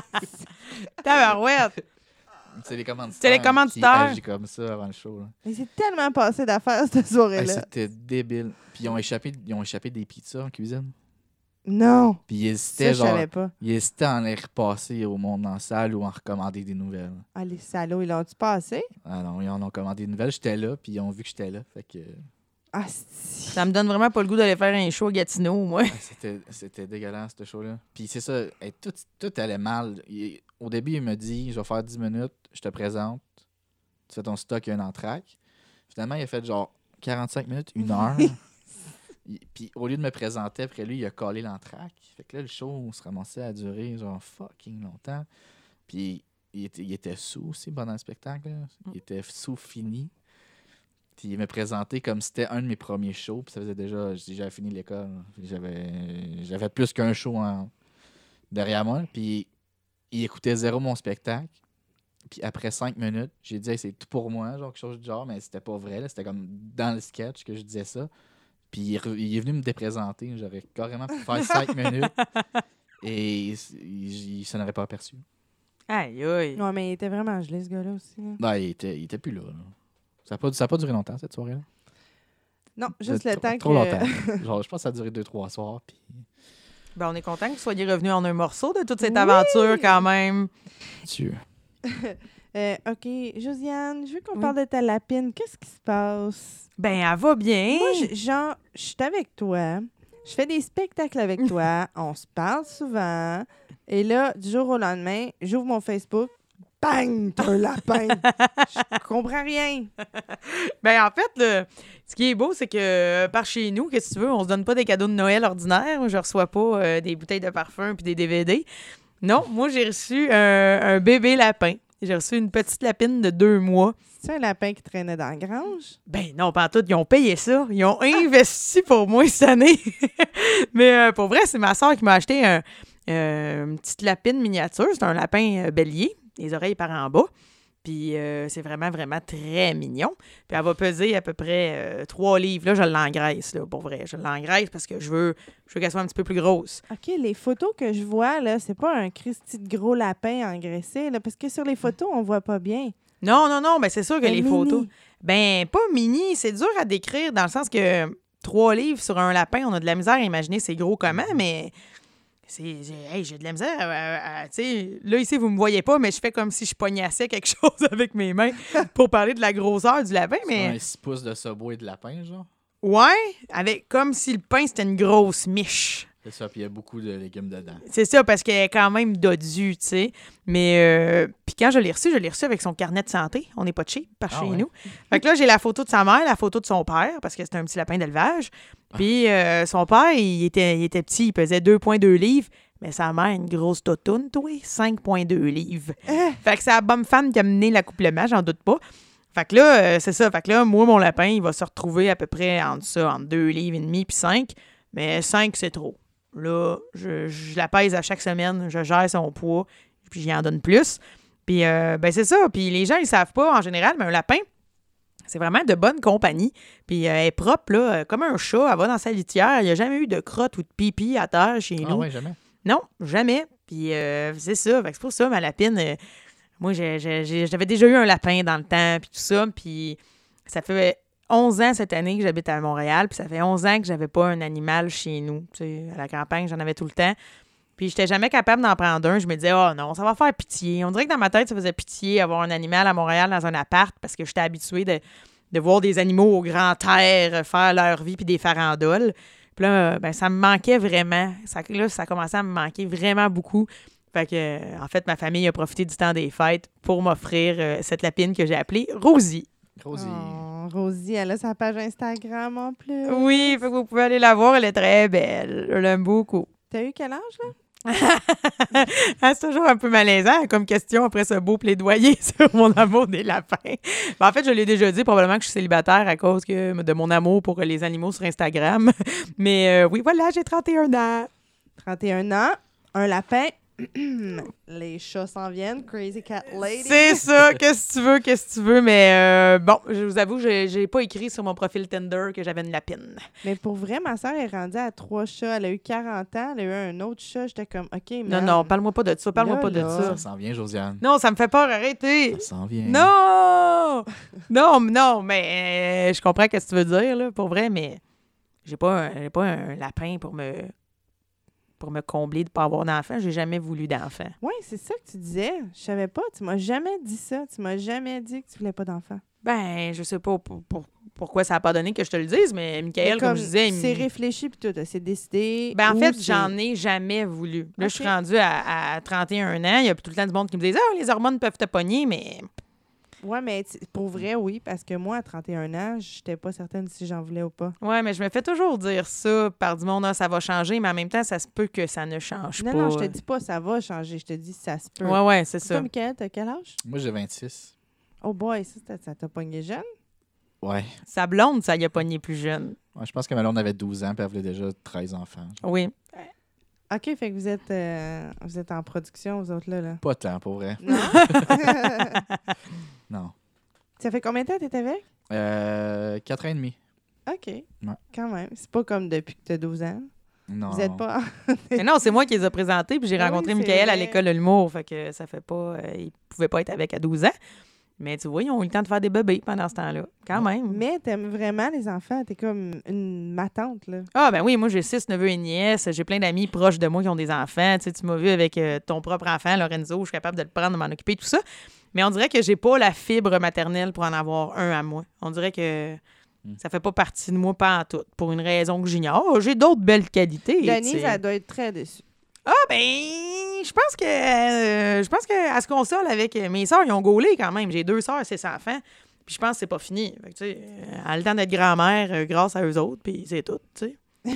Speaker 3: Tabarouette!
Speaker 4: C'est les commanditaires.
Speaker 3: C'est les commanditaires.
Speaker 4: Qui agissent comme ça avant le show. Là.
Speaker 2: Il s'est tellement passé d'affaires cette
Speaker 4: Hey,
Speaker 2: soirée-là.
Speaker 4: c'était débile. Puis ils ont échappé, ils ont échappé des pizzas en cuisine.
Speaker 2: Non,
Speaker 4: Puis ils
Speaker 2: ça,
Speaker 4: hésitaient,
Speaker 2: je
Speaker 4: genre,
Speaker 2: savais pas.
Speaker 4: ils hésitaient à en les repasser au monde dans la salle ou en recommander des nouvelles.
Speaker 2: Ah, les salauds, ils l'ont-tu passé?
Speaker 4: Ah non, ils en ont commandé des nouvelles. J'étais là, puis ils ont vu que j'étais là. Fait que
Speaker 2: Ah, si.
Speaker 3: Ça me donne vraiment pas le goût d'aller faire un show à Gatineau, moi.
Speaker 4: ah, c'était, c'était dégueulasse, ce show-là. Puis c'est ça, hey, tout, tout allait mal. Il- au début, il me dit, je vais faire dix minutes, je te présente, tu fais ton stock, il y a un entraque. Finalement, il a fait genre quarante-cinq minutes, une heure. Il- Puis au lieu de me présenter après lui, il a collé l'entraque. Fait que là, le show se ramassait à durer genre fucking longtemps. Puis il était, il était sous aussi pendant le spectacle. là. Il était sous fini. Puis il m'a présenté comme si c'était un de mes premiers shows. Puis ça faisait déjà, je dis, j'avais fini l'école. Puis J'avais, j'avais plus qu'un show en- derrière moi. Puis il écoutait zéro mon spectacle. Puis après cinq minutes, j'ai dit, hey, c'est tout pour moi, genre quelque chose du genre, mais c'était pas vrai. là. C'était comme dans le sketch que je disais ça. Puis il, re- il est venu me déprésenter. J'aurais carrément pu faire cinq minutes. Et il, il, il s'en aurait pas aperçu.
Speaker 3: Aïe, aïe.
Speaker 2: Ouais, mais il était vraiment gelé, ce gars-là aussi. là.
Speaker 4: Non, il était, il était plus là. là. Ça n'a pas, ça a pas duré longtemps, cette soirée-là.
Speaker 2: Non, juste le
Speaker 4: Trop-
Speaker 2: temps
Speaker 4: Trop
Speaker 2: que...
Speaker 4: longtemps. Genre, je pense que ça a duré deux, trois soirs. Puis...
Speaker 3: Ben, on est content que vous soyez revenu en un morceau de toute cette
Speaker 2: Oui!
Speaker 3: aventure, quand même.
Speaker 4: Dieu.
Speaker 2: Euh, OK, Josiane, je veux qu'on
Speaker 3: Oui.
Speaker 2: parle de ta lapine. Qu'est-ce qui se passe?
Speaker 3: Ben, elle va bien.
Speaker 2: Moi, je- genre, je suis avec toi. Je fais des spectacles avec toi. On se parle souvent. Et là, du jour au lendemain, j'ouvre mon Facebook. Bang! T'as un lapin! Je comprends rien.
Speaker 3: Ben, en fait, là, ce qui est beau, c'est que euh, par chez nous, qu'est-ce que tu veux, on se donne pas des cadeaux de Noël ordinaires. Je reçois pas euh, des bouteilles de parfum puis des D V D. Non, moi, j'ai reçu un, un bébé lapin J'ai reçu une petite lapine de deux mois.
Speaker 2: C'est un lapin qui traînait dans la grange?
Speaker 3: Ben non, pas en tout. Ils ont payé ça. Ils ont investi pour moi cette année. Mais euh, pour vrai, c'est ma soeur qui m'a acheté un, euh, une petite lapine miniature. C'est un lapin euh, bélier, les oreilles par en bas. Puis euh, c'est vraiment, vraiment très mignon. Puis elle va peser à peu près euh, trois livres. Là, je l'engraisse, là, pour vrai. Je l'engraisse parce que je veux, je veux qu'elle soit un petit peu plus grosse.
Speaker 2: OK, les photos que je vois, là, c'est pas un Christy de gros lapin engraissé, là, parce que sur les photos, on voit pas bien.
Speaker 3: Non, non, non, ben c'est sûr que
Speaker 2: Un
Speaker 3: les
Speaker 2: mini.
Speaker 3: photos... Ben, pas mini, c'est dur à décrire dans le sens que trois livres sur un lapin, on a de la misère à imaginer c'est gros comment, mais... C'est, j'ai, hey, j'ai de la misère. à- à- à- tu sais, là, ici, vous me voyez pas, mais je fais comme si je pognassais quelque chose avec mes mains pour parler de la grosseur du lapin.
Speaker 4: C'est
Speaker 3: Mais
Speaker 4: un six pouces de Subway de lapin, genre.
Speaker 3: ouais, avec comme si le pain, c'était une grosse miche.
Speaker 4: C'est ça, puis il y a beaucoup de légumes dedans.
Speaker 3: C'est ça, parce qu'elle est quand même dodue, tu sais. Mais, euh, puis quand je l'ai reçu, je l'ai reçu avec son carnet de santé. On n'est pas cheap par
Speaker 4: Ah
Speaker 3: chez
Speaker 4: ouais.
Speaker 3: nous. Fait que là, j'ai la photo de sa mère, la photo de son père, parce que c'était un petit lapin d'élevage. Puis euh, son père, il était, il était petit, il pesait deux virgule deux livres. Mais sa mère, une grosse totoune, toi, cinq virgule deux livres. Fait que c'est la bonne femme qui a mené l'accouplement, j'en doute pas. Fait que là, euh, c'est ça. Fait que là, moi, mon lapin, il va se retrouver à peu près entre ça, entre deux livres et demi puis cinq. Mais cinq, c'est trop. Là, je, je la pèse à chaque semaine, je gère son poids, puis j'y en donne plus. Puis, euh, ben c'est ça. Puis les gens, ils savent pas, en général, mais un lapin, c'est vraiment de bonne compagnie. Puis euh, elle est propre, là, euh, comme un chat. Elle va dans sa litière. Il n'y a jamais eu de crotte ou de pipi à terre chez
Speaker 4: Ah
Speaker 3: nous.
Speaker 4: ouais, jamais.
Speaker 3: Non, jamais. Puis euh, c'est ça. Fait que c'est pour ça, ma lapine, euh, moi, j'ai, j'ai- j'ai- j'avais déjà eu un lapin dans le temps, puis tout ça. Puis ça fait onze ans cette année que j'habite à Montréal, puis ça fait onze ans que j'avais pas un animal chez nous. Tu sais, à la campagne, j'en avais tout le temps. Puis j'étais jamais capable d'en prendre un. Je me disais, oh non, ça va faire pitié. On dirait que dans ma tête, ça faisait pitié avoir un animal à Montréal dans un appart parce que j'étais habituée de, de voir des animaux au grand air faire leur vie puis des farandoles. Puis là, ben, ça me manquait vraiment. Ça, là, ça commençait à me manquer vraiment beaucoup. Fait que, euh, en fait, ma famille a profité du temps des fêtes pour m'offrir euh, cette lapine que j'ai appelée Rosie.
Speaker 4: Rosie.
Speaker 2: Oh, Rosie, elle a sa page Instagram en plus.
Speaker 3: Oui, fait que vous pouvez aller la voir. Elle est très belle. Je l'aime beaucoup.
Speaker 2: T'as eu quel âge, là?
Speaker 3: Ah, c'est toujours un peu malaisant comme question après ce beau plaidoyer sur mon amour des lapins. Ben, en fait, je l'ai déjà dit, probablement que je suis célibataire à cause que, de mon amour pour les animaux sur Instagram. Mais euh, oui, voilà, j'ai trente et un ans.
Speaker 2: trente et un ans, un lapin. Les chats s'en viennent. Crazy Cat Lady.
Speaker 3: C'est ça, qu'est-ce que tu veux, qu'est-ce que tu veux. Mais euh, bon, je vous avoue, j'ai, j'ai pas écrit sur mon profil Tinder que j'avais une lapine.
Speaker 2: Mais pour vrai, ma soeur est rendue à trois chats. Elle a eu quarante ans. Elle a eu un autre chat. J'étais comme, OK, mais.
Speaker 3: Non, non, parle-moi pas de ça, parle-moi
Speaker 2: Là,
Speaker 3: pas de
Speaker 2: là.
Speaker 3: ça.
Speaker 4: Ça s'en vient, Josiane.
Speaker 3: Non, ça me fait peur, arrêtez.
Speaker 4: Ça s'en vient.
Speaker 3: Non! Non, non, mais euh, je comprends ce que tu veux dire, là, pour vrai, mais j'ai pas un, j'ai pas un lapin pour me pour me combler de pas avoir d'enfant. J'ai jamais voulu d'enfant.
Speaker 2: Oui, c'est ça que tu disais. Je savais pas. Tu m'as jamais dit ça. Tu m'as jamais dit que tu voulais pas d'enfant.
Speaker 3: Ben, je sais pas pour, pour- pourquoi ça a pas donné que je te le dise, mais Michael,
Speaker 2: Mais
Speaker 3: comme, je disais... il me-
Speaker 2: C'est réfléchi puis tout. C'est décidé.
Speaker 3: Ben, en
Speaker 2: ou
Speaker 3: fait,
Speaker 2: c'est-
Speaker 3: j'en ai jamais voulu. Là, je suis
Speaker 2: Ok.
Speaker 3: rendue à, à trente et un ans. Il y a tout le temps du monde qui me disait « Ah, les hormones peuvent te pogner, mais...
Speaker 2: Ouais, mais tu- pour vrai, oui. Parce que moi, à trente et un ans, j'étais pas certaine si j'en voulais ou pas. »
Speaker 3: Ouais, mais je me fais toujours dire ça par du monde, ah, ça va changer, mais en même temps, ça se peut que ça ne change
Speaker 2: Non,
Speaker 3: pas.
Speaker 2: non, je te dis pas ça va changer. Je te dis ça se peut.
Speaker 3: Ouais, ouais, c'est ça.
Speaker 2: Toi, Michael, t'as quel âge?
Speaker 4: Moi, j'ai vingt-six.
Speaker 2: Oh boy, ça, ça- ça t'a pogné jeune?
Speaker 4: Ouais.
Speaker 3: Sa blonde, ça y a pogné plus jeune.
Speaker 4: Ouais, je pense que Malone avait douze ans puis elle voulait déjà treize enfants.
Speaker 3: Oui.
Speaker 2: OK, fait que vous êtes, euh, vous êtes en production, vous autres, là. là.
Speaker 4: Pas tant, pour vrai.
Speaker 2: Non?
Speaker 4: Non.
Speaker 2: Ça fait combien de temps que t'es avec?
Speaker 4: Euh, quatre ans et demi.
Speaker 2: OK.
Speaker 4: Ouais.
Speaker 2: Quand même. C'est pas comme depuis que t'as douze ans.
Speaker 4: Non.
Speaker 2: Vous êtes pas...
Speaker 3: Mais non, c'est moi qui les ai présentés, puis j'ai
Speaker 2: Oui,
Speaker 3: rencontré
Speaker 2: c'est
Speaker 3: Michael à
Speaker 2: vrai.
Speaker 3: l'école de l'humour, fait que ça fait pas... euh, il pouvait pas être avec à douze ans. Mais tu vois, ils ont eu le temps de faire des bébés pendant ce temps-là. Quand même.
Speaker 2: Mais t'aimes vraiment les enfants. T'es comme une ma tante, là.
Speaker 3: Ah, ben oui, moi, j'ai six neveux et nièces. J'ai plein d'amis proches de moi qui ont des enfants. Tu sais, tu m'as vu avec euh, ton propre enfant, Lorenzo. Je suis capable de le prendre, de m'en occuper, tout ça. Mais on dirait que j'ai pas la fibre maternelle pour en avoir un à moi. On dirait que ça fait pas partie de moi, pas en tout. Pour une raison que j'ignore. J'ai d'autres belles qualités.
Speaker 2: Denise,
Speaker 3: tu sais.
Speaker 2: elle doit être très déçue.
Speaker 3: Ah, ben, je pense que euh, je pense qu'elle se console avec euh, mes sœurs. Ils ont gaulé quand même. J'ai deux sœurs, six enfants. Puis je pense que c'est pas fini. Fait que, tu sais, elle a le temps d'être grand-mère euh, grâce à eux autres, puis c'est tout, tu sais.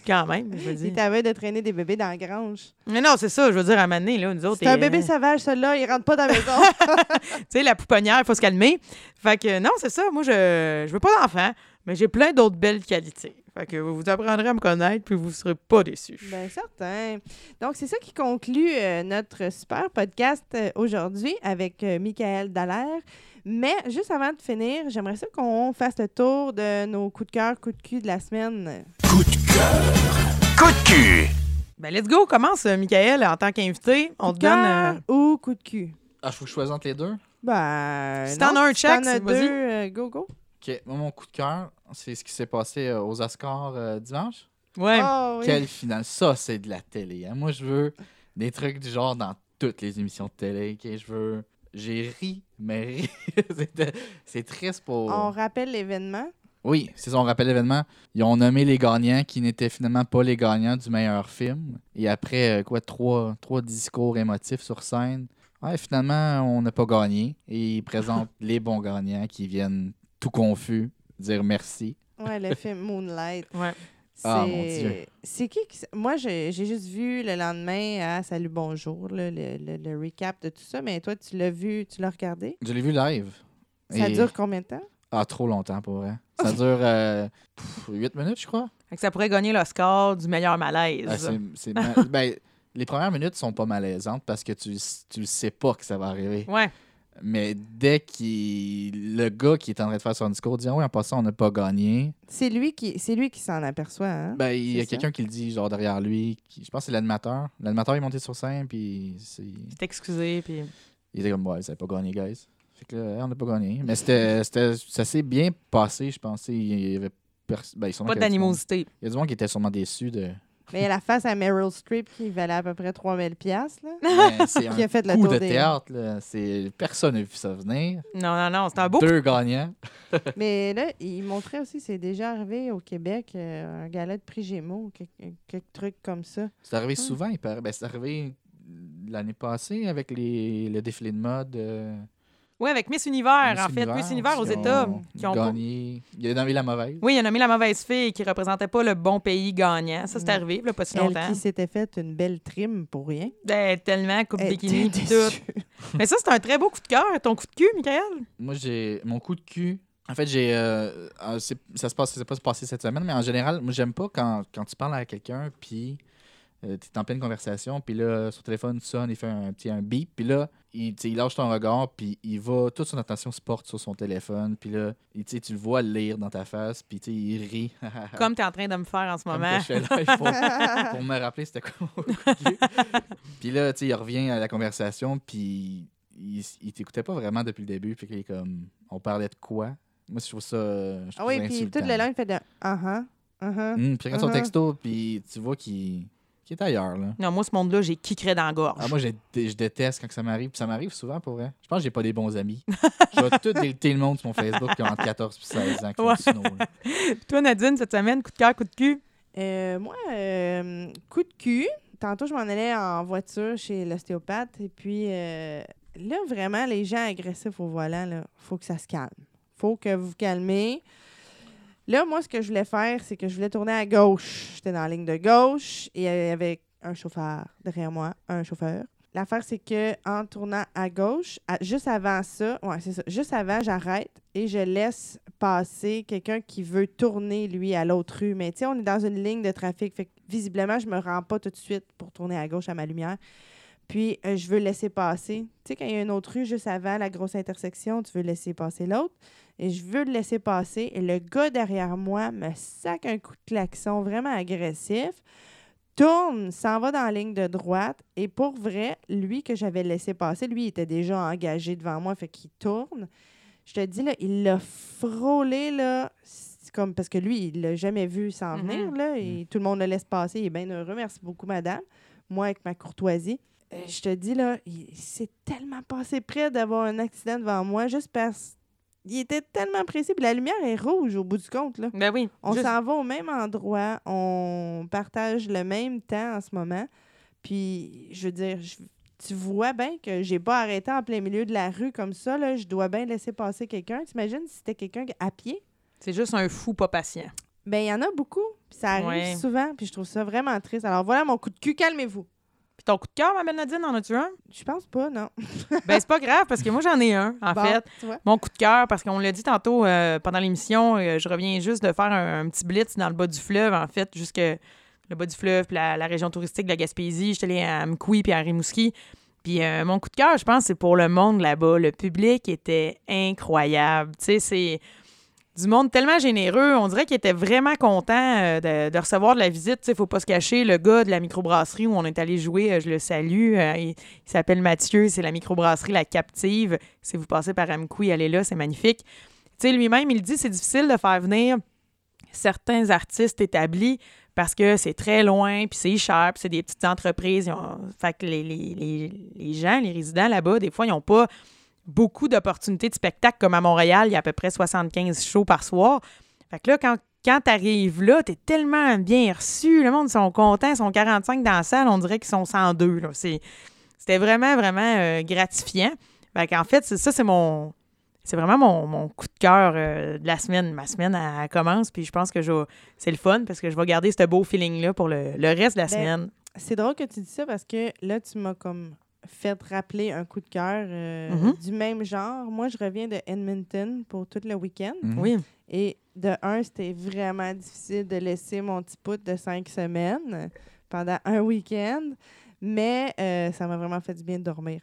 Speaker 3: Quand même, je veux
Speaker 2: Il
Speaker 3: dire.
Speaker 2: t'avait de traîner des bébés dans la grange.
Speaker 3: Mais non, c'est ça, je veux dire, à un moment donné, là, nous autres...
Speaker 2: C'est un
Speaker 3: et,
Speaker 2: bébé
Speaker 3: euh,
Speaker 2: sauvage, celui-là, il rentre pas dans la maison.
Speaker 3: Tu sais, la pouponnière, il faut se calmer. Fait que non, c'est ça. Moi, je je veux pas d'enfant, mais j'ai plein d'autres belles qualités. Fait que vous apprendrez à me connaître, puis vous serez pas déçus.
Speaker 2: Bien, certain. Donc, c'est ça qui conclut euh, notre super podcast euh, aujourd'hui avec euh, Michael Dallaire. Mais juste avant de finir, j'aimerais ça qu'on fasse le tour de nos coups de cœur, coups de cul de la semaine.
Speaker 6: Coup de cœur. Coup de cul.
Speaker 3: Ben, let's go. Commence, euh, Michael, en tant qu'invité. On
Speaker 2: Coup
Speaker 3: te
Speaker 2: de
Speaker 3: donne...
Speaker 2: cœur
Speaker 3: euh,
Speaker 2: ou coup de cul?
Speaker 4: Ah, faut que je choisisse entre les deux?
Speaker 2: Ben,
Speaker 3: Si
Speaker 2: non.
Speaker 3: t'en as un
Speaker 2: Si
Speaker 3: check,
Speaker 2: t'en as
Speaker 3: vas-y.
Speaker 2: deux, euh, go, go.
Speaker 4: OK. Moi, mon coup de cœur, c'est ce qui s'est passé euh, aux Oscars euh, dimanche.
Speaker 3: Ouais.
Speaker 2: Oh, oui.
Speaker 4: Quelle finale. Ça, c'est de la télé. Hein. Moi, je veux des trucs du genre dans toutes les émissions de télé. OK? Je veux... J'ai ri, mais ri. c'est, c'est triste pour...
Speaker 2: On rappelle l'événement.
Speaker 4: Oui, c'est ça, on rappelle l'événement. Ils ont nommé les gagnants qui n'étaient finalement pas les gagnants du meilleur film. Et après, euh, quoi, trois, trois discours émotifs sur scène, ouais, finalement, on n'a pas gagné. Et ils présentent les bons gagnants qui viennent tout confus dire merci.
Speaker 2: Ouais, le film Moonlight.
Speaker 3: Ouais.
Speaker 2: C'est...
Speaker 4: Ah, mon Dieu.
Speaker 2: C'est qui qui... Moi, j'ai, j'ai juste vu le lendemain à Salut Bonjour, là, le, le, le recap de tout ça. Mais toi, tu l'as vu, tu l'as regardé?
Speaker 4: Je l'ai vu live.
Speaker 2: Ça
Speaker 4: Et-
Speaker 2: dure combien de temps?
Speaker 4: Ah, trop longtemps, pour vrai. Ça dure euh, huit minutes, je crois.
Speaker 3: Fait que ça pourrait gagner le score du meilleur malaise.
Speaker 4: Ah, c'est, c'est ma- ben, les premières minutes sont pas malaisantes parce que tu tu le sais pas que ça va arriver.
Speaker 3: Ouais.
Speaker 4: Mais dès qu'il le gars qui est en train de faire son discours dit ah oui, en passant, on n'a pas gagné.
Speaker 2: C'est lui qui, c'est lui qui s'en aperçoit, hein?
Speaker 4: Ben, il y a
Speaker 2: C'est ça.
Speaker 4: quelqu'un qui le dit, genre derrière lui. Qui, je pense que c'est l'animateur. L'animateur est monté sur scène, puis c'est,
Speaker 3: C'est excusé, puis...
Speaker 4: il était comme ouais, ça n'a pas gagné, guys. Fait que là, on n'a pas gagné. Mais c'était, c'était, ça s'est bien passé, je pensais. Il y avait pers- ben, sûrement
Speaker 3: Pas
Speaker 4: qu'il y avait du monde-
Speaker 3: d'animosité.
Speaker 4: Il y a du monde qui était sûrement déçu de.
Speaker 2: Mais il y a la face à Meryl Streep qui valait à peu près trois mille dollars, là.
Speaker 4: Ben, c'est
Speaker 2: Qui a
Speaker 4: un
Speaker 2: fait le
Speaker 4: coup
Speaker 2: tour
Speaker 4: de
Speaker 2: des-
Speaker 4: théâtre. Là. C'est... Personne n'a vu ça venir.
Speaker 3: Non, non, non, c'est un beau...
Speaker 4: Deux gagnants.
Speaker 2: Mais là, il montrait aussi, c'est déjà arrivé au Québec, euh, un gala de prix Gémeaux, quelques, quelques trucs comme ça.
Speaker 4: C'est arrivé souvent, il paraît. Ben, c'est arrivé l'année passée avec les... le défilé de mode. euh,
Speaker 3: Oui, avec Miss Univers,
Speaker 4: Miss
Speaker 3: en fait.
Speaker 4: Univers,
Speaker 3: Miss Univers aux
Speaker 4: qui ont
Speaker 3: États. Qui ont pas-
Speaker 4: gagné. Il a nommé la mauvaise.
Speaker 3: Oui, il a nommé la mauvaise fille qui représentait pas le bon pays gagnant. Ça, c'est
Speaker 2: Mm.
Speaker 3: arrivé, là, pas si
Speaker 2: Elle
Speaker 3: longtemps.
Speaker 2: qui s'était fait une belle trim pour rien.
Speaker 3: Ben, tellement, coupe
Speaker 2: Elle
Speaker 3: bikini,
Speaker 2: était
Speaker 3: pis
Speaker 2: déçue.
Speaker 3: tout. Mais ça, c'est un très beau coup de cœur. Ton coup de cul, Michael?
Speaker 4: Moi, j'ai mon coup de cul. En fait, j'ai. euh, euh, c'est- ça se passe, ça s'est pas passé cette semaine, mais en général, moi, j'aime pas quand, quand tu parles à quelqu'un, puis euh, tu es en pleine conversation, puis là, son téléphone sonne, il fait un petit un beep, puis là, il, tu sais, il lâche ton regard, puis il va. Toute son attention se porte sur son téléphone, puis là, il, tu sais, tu le vois lire dans ta face, puis tu sais, il rit.
Speaker 3: Comme tu es en train de me faire en ce
Speaker 4: Comme
Speaker 3: moment.
Speaker 4: que je fais live pour, pour me rappeler c'était quoi mon coup de cul. Puis là, tu sais, il revient à la conversation, puis il, il t'écoutait pas vraiment depuis le début, puis qu'il est comme. On parlait de quoi? Moi, je trouve ça. Je
Speaker 2: Ah
Speaker 4: trouve
Speaker 2: oui,
Speaker 4: ça
Speaker 2: puis
Speaker 4: insultant.
Speaker 2: tout le long, il fait de « uh-huh, uh-huh,
Speaker 4: Hum, puis il regarde son
Speaker 2: uh-huh.
Speaker 4: texto, puis tu vois qu'il qu'il est ailleurs, là.
Speaker 3: Non, moi, ce monde-là, j'ai kickeré dans la gorge.
Speaker 4: Ah, moi, j'ai- je déteste quand ça m'arrive, puis ça m'arrive souvent, pour vrai. Je pense que j'ai pas des bons amis. Je vais tout déliter le monde sur mon Facebook qui ont entre quatorze et seize ans, qui font
Speaker 3: Ouais.
Speaker 4: du snow, là.
Speaker 3: Puis toi, Nadine, cette semaine, coup de cœur, coup de cul?
Speaker 2: Euh, moi, euh, coup de cul. Tantôt, je m'en allais en voiture chez l'ostéopathe. Et puis, euh, là, vraiment, les gens agressifs au volant, il faut que ça se calme. faut que vous vous calmez. Là, moi, ce que je voulais faire, c'est que je voulais tourner à gauche. J'étais dans la ligne de gauche et il y avait un chauffeur derrière moi, un chauffeur. L'affaire, c'est que en tournant à gauche, à- juste avant ça, ouais, c'est ça, juste avant, j'arrête et je laisse passer quelqu'un qui veut tourner, lui, à l'autre rue. Mais tu sais, on est dans une ligne de trafic. Fait que, visiblement, je me rends pas tout de suite pour tourner à gauche à ma lumière. Puis, euh, je veux laisser passer. Tu sais, quand il y a une autre rue juste avant la grosse intersection, tu veux laisser passer l'autre. Et je veux le laisser passer. Et le gars derrière moi me sac un coup de klaxon vraiment agressif, tourne, s'en va dans la ligne de droite. Et pour vrai, lui que j'avais laissé passer, lui, il était déjà engagé devant moi, fait qu'il tourne. Je te dis, là, il l'a frôlé, là, c'est comme parce que lui, il l'a jamais vu s'en
Speaker 3: Mhm.
Speaker 2: venir, là, et tout le monde le laisse passer. Il est bien heureux. Merci beaucoup, madame. Moi, avec ma courtoisie. Euh, je te dis, là, il s'est tellement passé près d'avoir un accident devant moi, juste parce qu'il était tellement précis. Puis la lumière est rouge au bout du compte, là.
Speaker 3: Ben oui.
Speaker 2: On
Speaker 3: juste-
Speaker 2: s'en va au même endroit, on partage le même temps en ce moment. Puis, je veux dire, je- tu vois bien que j'ai pas arrêté en plein milieu de la rue comme ça. Là, je dois bien laisser passer quelqu'un. T'imagines si c'était quelqu'un à pied?
Speaker 3: C'est juste un fou pas patient.
Speaker 2: Ben, il y en a beaucoup. Puis ça arrive
Speaker 3: Ouais.
Speaker 2: souvent. Puis je trouve ça vraiment triste. Alors voilà mon coup de cul. Calmez-vous.
Speaker 3: Puis ton coup de cœur, ma belle Nadine, en as-tu un?
Speaker 2: Je pense pas, non.
Speaker 3: Ben, c'est pas grave, parce que moi, j'en ai un, en
Speaker 2: Bon,
Speaker 3: fait.
Speaker 2: tu vois.
Speaker 3: Mon coup de cœur, parce qu'on l'a dit tantôt euh, pendant l'émission, euh, je reviens juste de faire un, un petit blitz dans le bas du fleuve, en fait, jusque le bas du fleuve, puis la, la région touristique de la Gaspésie. J'étais allée à Mkoui puis à Rimouski. Puis euh, mon coup de cœur, je pense, c'est pour le monde là-bas. Le public était incroyable. Tu sais, c'est du monde tellement généreux. On dirait qu'il était vraiment content euh, de, de recevoir de la visite. Tu sais, faut pas se cacher. Le gars de la microbrasserie où on est allé jouer, euh, je le salue. Euh, il, il s'appelle Mathieu. C'est la microbrasserie La Captive. Si vous passez par Amkoui, allez là, c'est magnifique. Tu sais, lui-même, il dit c'est difficile de faire venir certains artistes établis parce que c'est très loin, puis c'est cher, puis c'est des petites entreprises. Ils ont... Fait que les, les, les, les gens, les résidents là-bas, des fois, ils n'ont pas beaucoup d'opportunités de spectacle. Comme à Montréal, il y a à peu près soixante-quinze shows par soir. Fait que là, quand, quand tu arrives là, tu es tellement bien reçu. Le monde, ils sont contents. Ils sont quarante-cinq dans la salle. On dirait qu'ils sont cent deux. Là. C'est, c'était vraiment, vraiment euh, gratifiant. Fait qu'en fait, c'est, ça, c'est mon... C'est vraiment mon, mon coup de cœur euh, de la semaine. Ma semaine, elle, elle commence, puis je pense que je vais- c'est le fun parce que je vais garder ce beau feeling-là pour le, le reste de la
Speaker 2: Ben,
Speaker 3: semaine.
Speaker 2: C'est drôle que tu dis ça parce que là, tu m'as comme fait rappeler un coup de cœur euh,
Speaker 3: Mhm.
Speaker 2: du même genre. Moi, je reviens de Edmonton pour tout le week-end.
Speaker 4: Mhm.
Speaker 3: Oui.
Speaker 2: Et de un, c'était vraiment difficile de laisser mon petit pout de cinq semaines pendant un week-end. Mais euh, ça m'a vraiment fait du bien de dormir.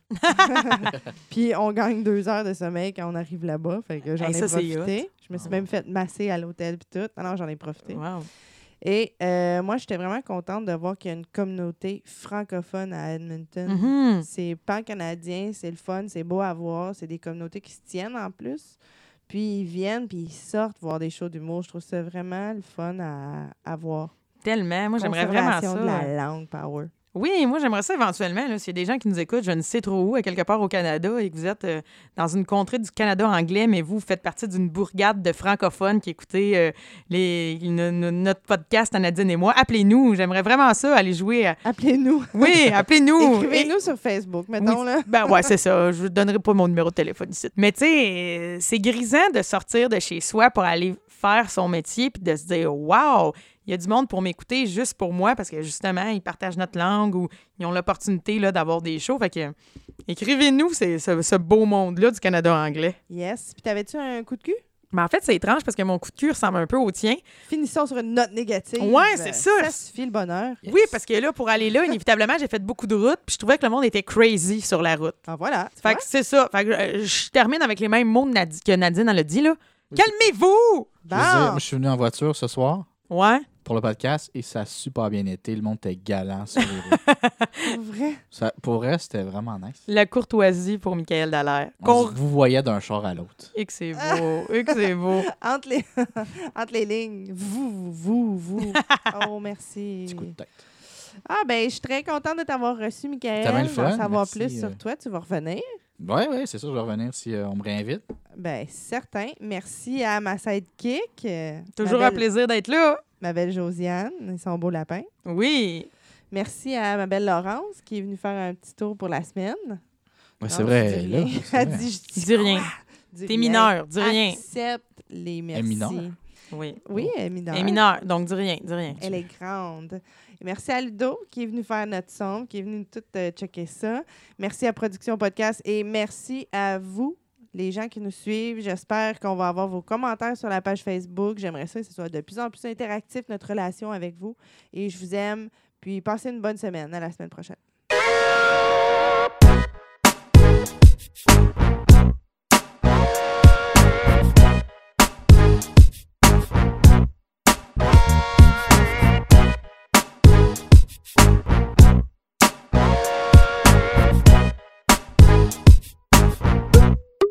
Speaker 2: Puis on gagne deux heures de sommeil quand on arrive là-bas. Fait que j'en
Speaker 3: Hey,
Speaker 2: ai
Speaker 3: ça, c'est
Speaker 2: profité. Je me suis même fait masser à l'hôtel puis tout. Alors j'en ai profité.
Speaker 3: Wow.
Speaker 2: Et euh, moi, j'étais vraiment contente de voir qu'il y a une communauté francophone à Edmonton.
Speaker 3: Mhm.
Speaker 2: C'est pan-canadien, c'est le fun, c'est beau à voir. C'est des communautés qui se tiennent en plus. Puis ils viennent, puis ils sortent voir des shows d'humour. Je trouve ça vraiment le fun à, à voir.
Speaker 3: Tellement. Moi, j'aimerais vraiment ça.
Speaker 2: Conservation de la langue, power.
Speaker 3: Oui, moi, j'aimerais ça éventuellement. Là, s'il y a des gens qui nous écoutent, je ne sais trop où, à quelque part au Canada, et que vous êtes euh, dans une contrée du Canada anglais, mais vous faites partie d'une bourgade de francophones qui écoutez euh, les, no- no- notre podcast, Nadine et moi, appelez-nous. J'aimerais vraiment ça, aller jouer. À...
Speaker 2: Appelez-nous.
Speaker 3: Oui, appelez-nous.
Speaker 2: Écrivez-nous sur Facebook, mettons.
Speaker 3: Oui,
Speaker 2: Là.
Speaker 3: Ben ouais, c'est ça. Je ne donnerai pas mon numéro de téléphone ici. Mais tu sais, euh, c'est grisant de sortir de chez soi pour aller faire son métier puis de se dire « Wow! » Il y a du monde pour m'écouter juste pour moi parce que justement, ils partagent notre langue ou ils ont l'opportunité là, d'avoir des shows. Fait que écrivez-nous c'est, ce, ce beau monde-là du Canada anglais.
Speaker 2: Yes. Puis t'avais-tu un coup de cul?
Speaker 3: Mais en fait, c'est étrange parce que mon coup de cul ressemble un peu au tien.
Speaker 2: Finissons sur une note négative.
Speaker 3: Ouais, c'est ça.
Speaker 2: Ça suffit le bonheur.
Speaker 4: Yes.
Speaker 3: Oui, parce que là, pour aller là, inévitablement, j'ai fait beaucoup de routes puis je trouvais que le monde était crazy sur la route.
Speaker 2: Ah, voilà. tu
Speaker 3: Fait
Speaker 2: vois?
Speaker 3: que c'est ça. Fait que euh, je termine avec les mêmes mots de Nadi- que Nadine elle a dit, là. Calmez-vous!
Speaker 4: Je veux dire,
Speaker 2: Bon.
Speaker 4: moi, je suis venu en voiture ce soir
Speaker 3: Ouais.
Speaker 4: pour le podcast et ça a super bien été. Le monde était galant sur les routes.
Speaker 2: C'est vrai.
Speaker 4: Ça, pour vrai, c'était vraiment nice.
Speaker 3: La courtoisie pour Michael Dallaire.
Speaker 4: On
Speaker 3: Qu'on...
Speaker 4: se- vous voyez d'un char à l'autre.
Speaker 3: Et que c'est beau. Et que c'est beau.
Speaker 2: Entre les, entre les lignes. Vous, vous, vous. Oh, merci.
Speaker 4: Petit coup de tête.
Speaker 2: Ah, ben, je suis très contente de t'avoir reçu, Michael.
Speaker 4: C'était bien le
Speaker 2: D'en
Speaker 4: fun,
Speaker 2: savoir
Speaker 4: merci,
Speaker 2: plus
Speaker 4: euh.
Speaker 2: sur toi. Tu vas revenir.
Speaker 4: Oui, oui, c'est sûr, je vais revenir si euh, on me réinvite.
Speaker 2: Ben, certain. Merci à ma sidekick. euh,
Speaker 3: Toujours
Speaker 2: ma
Speaker 3: un
Speaker 2: belle-
Speaker 3: plaisir d'être là.
Speaker 2: Ma belle Josiane et son beau lapin.
Speaker 3: Oui.
Speaker 2: Merci à ma belle Laurence qui est venue faire un petit tour pour la semaine.
Speaker 4: Ouais,
Speaker 2: Non,
Speaker 4: c'est vrai,
Speaker 2: je dis
Speaker 4: là.
Speaker 2: rien.
Speaker 4: c'est
Speaker 2: Elle
Speaker 4: vrai.
Speaker 2: dit, je dis
Speaker 3: Dis rien.
Speaker 2: quoi? Dis
Speaker 3: T'es
Speaker 2: rien.
Speaker 3: mineur, dis rien.
Speaker 2: Accepte les merci.
Speaker 4: mineure?
Speaker 3: Oui.
Speaker 2: Oui, elle est mineure.
Speaker 3: Elle est mineure, donc dis rien, dis rien.
Speaker 2: Elle est grande. Et merci à Ludo qui est venu faire notre son, qui est venu tout euh, checker ça. Merci à Production Podcast et merci à vous, les gens qui nous suivent. J'espère qu'on va avoir vos commentaires sur la page Facebook. J'aimerais ça que ce soit de plus en plus interactif, notre relation avec vous. Et je vous aime. Puis passez une bonne semaine. À la semaine prochaine.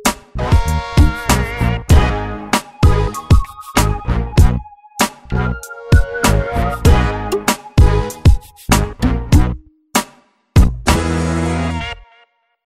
Speaker 12: Thank you.